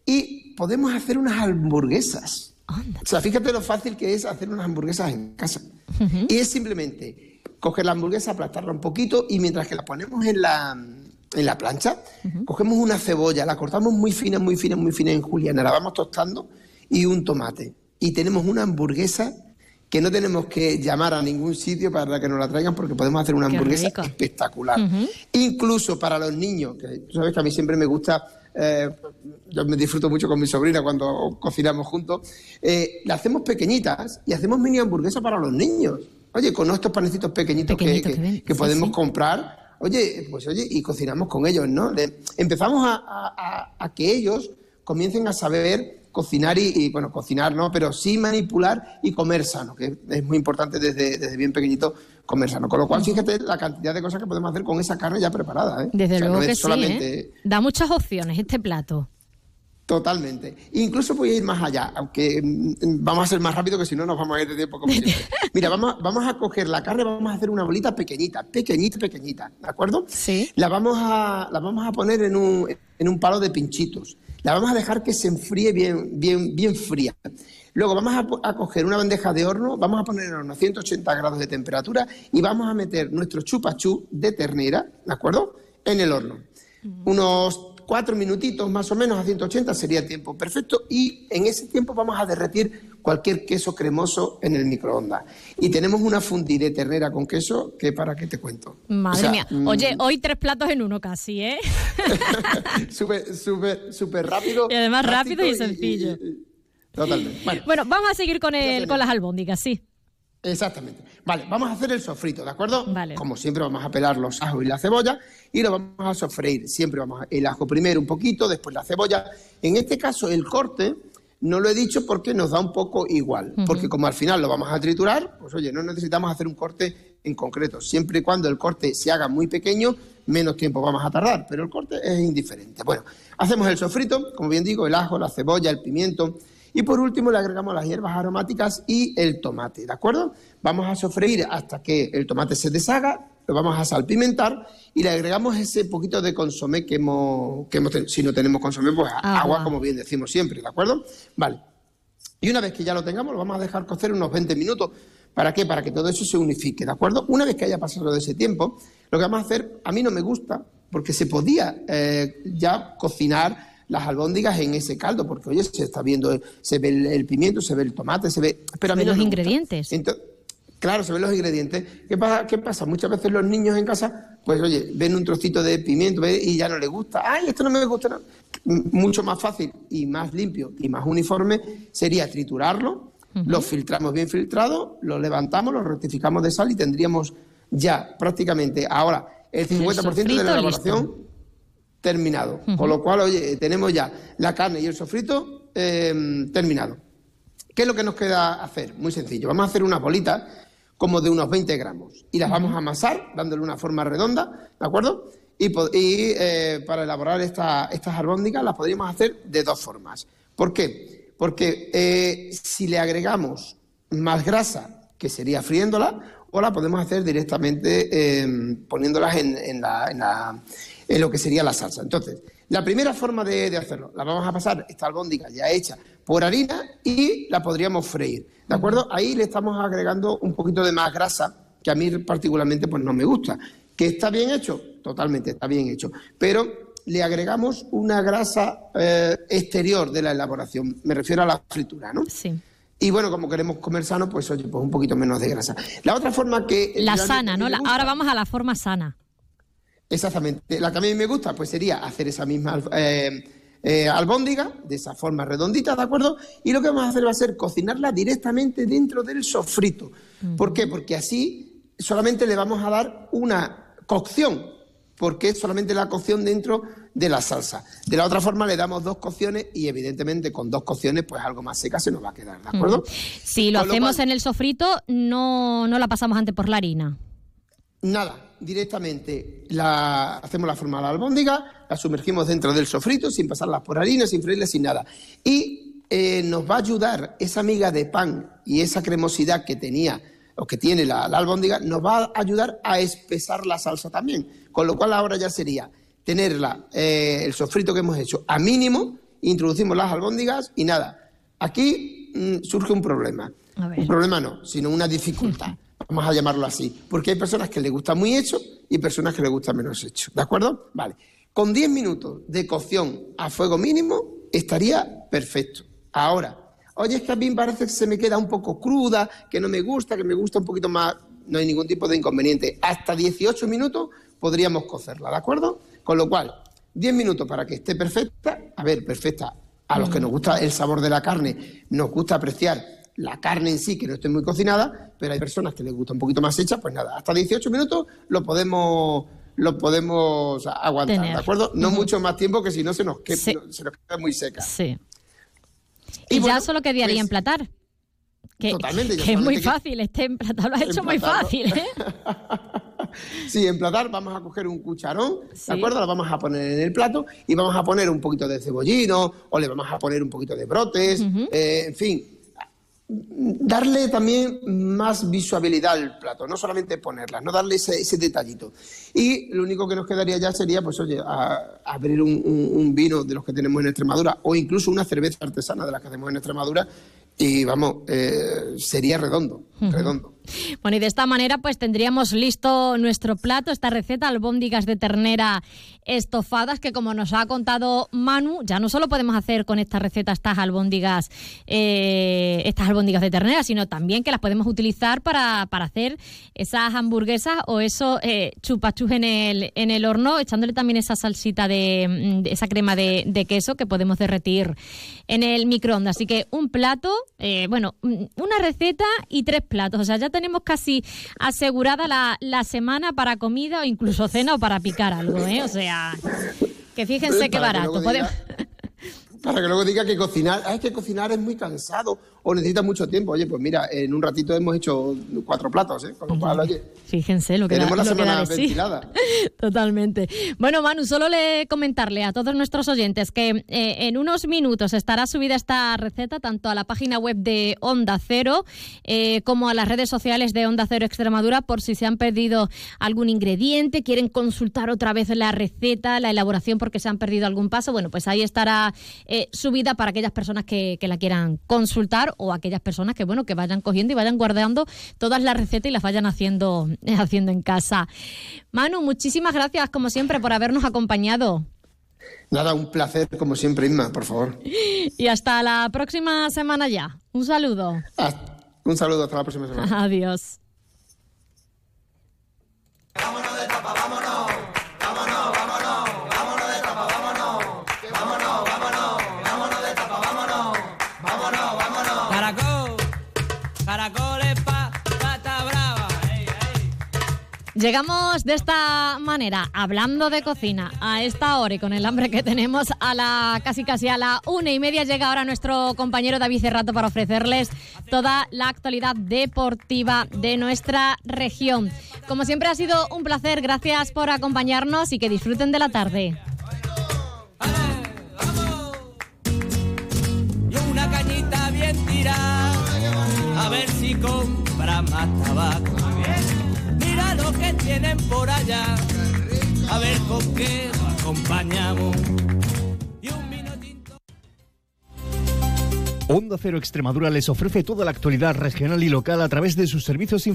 [SPEAKER 2] Y podemos hacer unas hamburguesas. Anda. O sea, fíjate lo fácil que es hacer unas hamburguesas en casa. Uh-huh. Y es simplemente coger la hamburguesa, aplastarla un poquito y mientras que la ponemos en la... en la plancha, uh-huh. cogemos una cebolla, la cortamos muy fina, muy fina, muy fina en juliana, la vamos tostando y un tomate. Y tenemos una hamburguesa que no tenemos que llamar a ningún sitio para que nos la traigan porque podemos hacer una hamburguesa espectacular. Uh-huh. Incluso para los niños, que tú sabes que a mí siempre me gusta, eh, yo me disfruto mucho con mi sobrina cuando cocinamos juntos, eh, la hacemos pequeñitas y hacemos mini hamburguesas para los niños. Oye, con estos panecitos pequeñitos Pequeñito que, que, que, que podemos sí, sí. comprar... Oye, pues oye, y cocinamos con ellos, ¿no? Le, empezamos a, a, a que ellos comiencen a saber cocinar y, y, bueno, cocinar no, pero sí manipular y comer sano, que es muy importante desde, desde bien pequeñito comer sano. Con lo cual, fíjate la cantidad de cosas que podemos hacer con esa carne ya preparada, ¿eh?
[SPEAKER 3] Desde
[SPEAKER 2] o sea,
[SPEAKER 3] luego
[SPEAKER 2] no
[SPEAKER 3] que
[SPEAKER 2] es solamente...
[SPEAKER 3] sí, ¿eh? Da muchas opciones este plato.
[SPEAKER 2] Totalmente. Incluso voy a ir más allá, aunque vamos a ser más rápido que si no nos vamos a ir de tiempo como siempre. Mira, vamos, vamos a coger la carne, vamos a hacer una bolita pequeñita, pequeñita, pequeñita, ¿de acuerdo?
[SPEAKER 3] Sí.
[SPEAKER 2] La vamos a, la vamos a poner en un, en un palo de pinchitos. La vamos a dejar que se enfríe bien, bien, bien fría. Luego vamos a, a coger una bandeja de horno, vamos a poner en horno a ciento ochenta grados de temperatura y vamos a meter nuestro chupachú de ternera, ¿de acuerdo?, en el horno. Uh-huh. Unos cuatro minutitos más o menos a ciento ochenta sería el tiempo perfecto y en ese tiempo vamos a derretir cualquier queso cremoso en el microondas. Y tenemos una fondue de ternera con queso que para qué te cuento.
[SPEAKER 3] Madre o sea, mía. Mmm... Oye, hoy tres platos en uno casi, ¿eh?
[SPEAKER 2] Súper, súper, súper rápido.
[SPEAKER 3] Y además rápido y sencillo.
[SPEAKER 2] Y, y, totalmente.
[SPEAKER 3] Bueno, bueno, vamos a seguir con, el, con las albóndigas, sí.
[SPEAKER 2] Exactamente. Vale, vamos a hacer el sofrito, ¿de acuerdo?
[SPEAKER 3] Vale.
[SPEAKER 2] Como siempre vamos a pelar los ajos y la cebolla y lo vamos a sofreír. Siempre vamos a, el ajo primero un poquito, después la cebolla. En este caso el corte no lo he dicho porque nos da un poco igual. Uh-huh. Porque como al final lo vamos a triturar, pues oye, no necesitamos hacer un corte en concreto. Siempre y cuando el corte se haga muy pequeño, menos tiempo vamos a tardar. Pero el corte es indiferente. Bueno, hacemos el sofrito, como bien digo, el ajo, la cebolla, el pimiento. Y por último le agregamos las hierbas aromáticas y el tomate, ¿de acuerdo? Vamos a sofreír hasta que el tomate se deshaga, lo vamos a salpimentar y le agregamos ese poquito de consomé que hemos, que hemos si no tenemos consomé, pues agua, agua, como bien decimos siempre, ¿de acuerdo? Vale. Y una vez que ya lo tengamos, lo vamos a dejar cocer unos veinte minutos. ¿Para qué? Para que todo eso se unifique, ¿de acuerdo? Una vez que haya pasado de ese tiempo, lo que vamos a hacer, a mí no me gusta, porque se podía eh, ya cocinar las albóndigas en ese caldo, porque oye, se está viendo, se ve el, el pimiento, se ve el tomate, se ve... Pero a mí
[SPEAKER 3] los
[SPEAKER 2] no
[SPEAKER 3] ingredientes.
[SPEAKER 2] Entonces, claro, se ven los ingredientes. ¿Qué pasa? ¿Qué pasa? Muchas veces los niños en casa, pues oye, ven un trocito de pimiento ¿ve? Y ya no les gusta. ¡Ay, esto no me gusta! No. Mucho más fácil y más limpio y más uniforme sería triturarlo, uh-huh. Lo filtramos bien filtrado, lo levantamos, lo rectificamos de sal y tendríamos ya prácticamente ahora el cincuenta por ciento de la elaboración listo. Terminado. Uh-huh. Con lo cual, oye, tenemos ya la carne y el sofrito eh, terminado. ¿Qué es lo que nos queda hacer? Muy sencillo. Vamos a hacer unas bolitas como de unos veinte gramos y las uh-huh. vamos a amasar dándole una forma redonda, ¿de acuerdo? Y, y eh, para elaborar esta, estas albóndigas las podríamos hacer de dos formas. ¿Por qué? Porque eh, si le agregamos más grasa, que sería friéndola, o la podemos hacer directamente eh, poniéndolas en, en, la, en, la, en lo que sería la salsa. Entonces, la primera forma de, de hacerlo, la vamos a pasar, esta albóndiga ya hecha por harina y la podríamos freír, ¿de acuerdo? Ahí le estamos agregando un poquito de más grasa, que a mí particularmente pues no me gusta. ¿Que está bien hecho? Totalmente está bien hecho. Pero le agregamos una grasa eh, exterior de la elaboración, me refiero a la fritura, ¿no?
[SPEAKER 3] Sí.
[SPEAKER 2] Y bueno, como queremos comer sano, pues oye, pues un poquito menos de grasa. La otra forma que...
[SPEAKER 3] La sana, ¿no? La, ahora vamos a la forma sana.
[SPEAKER 2] Exactamente. La que a mí me gusta, pues sería hacer esa misma, eh, eh, albóndigas, de esa forma redondita, ¿de acuerdo? Y lo que vamos a hacer va a ser cocinarla directamente dentro del sofrito. Uh-huh. ¿Por qué? Porque así solamente le vamos a dar una cocción, porque es solamente la cocción dentro de la salsa. De la otra forma le damos dos cocciones y evidentemente con dos cocciones pues algo más seca se nos va a quedar, ¿de acuerdo?
[SPEAKER 3] Si lo
[SPEAKER 2] Con
[SPEAKER 3] hacemos
[SPEAKER 2] lo cual,
[SPEAKER 3] en el sofrito, no, no la pasamos antes por la harina.
[SPEAKER 2] Nada, directamente la, hacemos la forma de la albóndiga, la sumergimos dentro del sofrito sin pasarlas por harina, sin freírla, sin nada. Y eh, nos va a ayudar esa miga de pan y esa cremosidad que tenía o que tiene la, la albóndiga, nos va a ayudar a espesar la salsa también. Con lo cual ahora ya sería tenerla, eh, el sofrito que hemos hecho a mínimo, introducimos las albóndigas y nada. Aquí mmm, surge un problema. Un problema no, sino una dificultad. Vamos a llamarlo así. Porque hay personas que les gusta muy hecho y personas que les gusta menos hecho. ¿De acuerdo? Vale. Con diez minutos de cocción a fuego mínimo estaría perfecto. Ahora, oye, es que a mí me parece que se me queda un poco cruda, que no me gusta, que me gusta un poquito más. No hay ningún tipo de inconveniente. Hasta dieciocho minutos podríamos cocerla, ¿de acuerdo? Con lo cual, diez minutos para que esté perfecta. A ver, perfecta. A los que nos gusta el sabor de la carne, nos gusta apreciar la carne en sí, que no esté muy cocinada, pero hay personas que les gusta un poquito más hecha, pues nada, hasta dieciocho minutos lo podemos lo podemos aguantar, Tener. ¿de acuerdo? No uh-huh. mucho más tiempo, que si no se nos, que, sí. se nos queda muy seca.
[SPEAKER 3] Sí. Y, y bueno, ya solo quedaría pues, emplatar. Que,
[SPEAKER 2] totalmente.
[SPEAKER 3] Que es muy fácil, que... este emplatado lo has hecho muy fácil, ¿eh?
[SPEAKER 2] Sí, emplatar, vamos a coger un cucharón, sí. ¿de acuerdo? Lo vamos a poner en el plato y vamos a poner un poquito de cebollino o le vamos a poner un poquito de brotes, uh-huh. eh, en fin, darle también más visualidad al plato, no solamente ponerlas, no darle ese, ese detallito. Y lo único que nos quedaría ya sería, pues oye, a, a abrir un, un, un vino de los que tenemos en Extremadura o incluso una cerveza artesana de las que hacemos en Extremadura y vamos, eh, sería redondo, uh-huh. redondo.
[SPEAKER 3] Bueno, y de esta manera pues tendríamos listo nuestro plato, esta receta, albóndigas de ternera estofadas, que como nos ha contado Manu, ya no solo podemos hacer con esta receta estas albóndigas, eh, estas albóndigas de ternera, sino también que las podemos utilizar para, para hacer esas hamburguesas o esos eh, chupachus en el, en el horno, echándole también esa salsita de, de esa crema de, de queso que podemos derretir en el microondas. Así que un plato, eh, bueno, una receta y tres platos, o sea, ya tenemos casi asegurada la, la semana para comida o incluso cena o para picar algo, ¿eh? O sea, que fíjense qué barato.
[SPEAKER 2] Que diga, para que luego diga que cocinar, ah, es que cocinar es muy cansado o necesita mucho tiempo. Oye, pues mira, en un ratito hemos hecho cuatro platos, ¿eh? Con lo cual, oye,
[SPEAKER 3] fíjense lo que
[SPEAKER 2] tenemos
[SPEAKER 3] da,
[SPEAKER 2] la
[SPEAKER 3] lo
[SPEAKER 2] semana
[SPEAKER 3] que da
[SPEAKER 2] ventilada.
[SPEAKER 3] Sí. Totalmente. Bueno, Manu, solo le comentarle a todos nuestros oyentes que eh, en unos minutos estará subida esta receta tanto a la página web de Onda Cero eh, como a las redes sociales de Onda Cero Extremadura, por si se han perdido algún ingrediente, quieren consultar otra vez la receta, la elaboración porque se han perdido algún paso. Bueno, pues ahí estará eh, subida para aquellas personas que, que la quieran consultar o aquellas personas que, bueno, que vayan cogiendo y vayan guardando todas las recetas y las vayan haciendo haciendo en casa. Manu, muchísimas gracias, como siempre, por habernos acompañado.
[SPEAKER 2] Nada, un placer, como siempre, Inma, por favor.
[SPEAKER 3] Y hasta la próxima semana ya. Un saludo.
[SPEAKER 2] Hasta, un saludo, hasta la próxima semana.
[SPEAKER 3] Adiós.
[SPEAKER 20] Vámonos de tapa, vámonos. Vámonos, vámonos. Vámonos de tapa, vámonos. Vámonos, vámonos. Vámonos de tapa, vámonos. Vámonos, vámonos. Caracol. Caracoles pa, pata brava. Ey, ey.
[SPEAKER 3] Llegamos de esta manera, hablando de cocina, a esta hora y con el hambre que tenemos, a la casi casi a la una y media llega ahora nuestro compañero David Cerrato para ofrecerles toda la actualidad deportiva de nuestra región. Como siempre ha sido un placer, gracias por acompañarnos y que disfruten de la tarde.
[SPEAKER 20] Y una cañita bien tirada, a ver si compra más tabaco. Mira lo que tienen por allá, a ver con qué lo acompañamos. Y un vino tinto.
[SPEAKER 12] Onda Cero Extremadura les ofrece toda la actualidad regional y local a través de sus servicios informativos.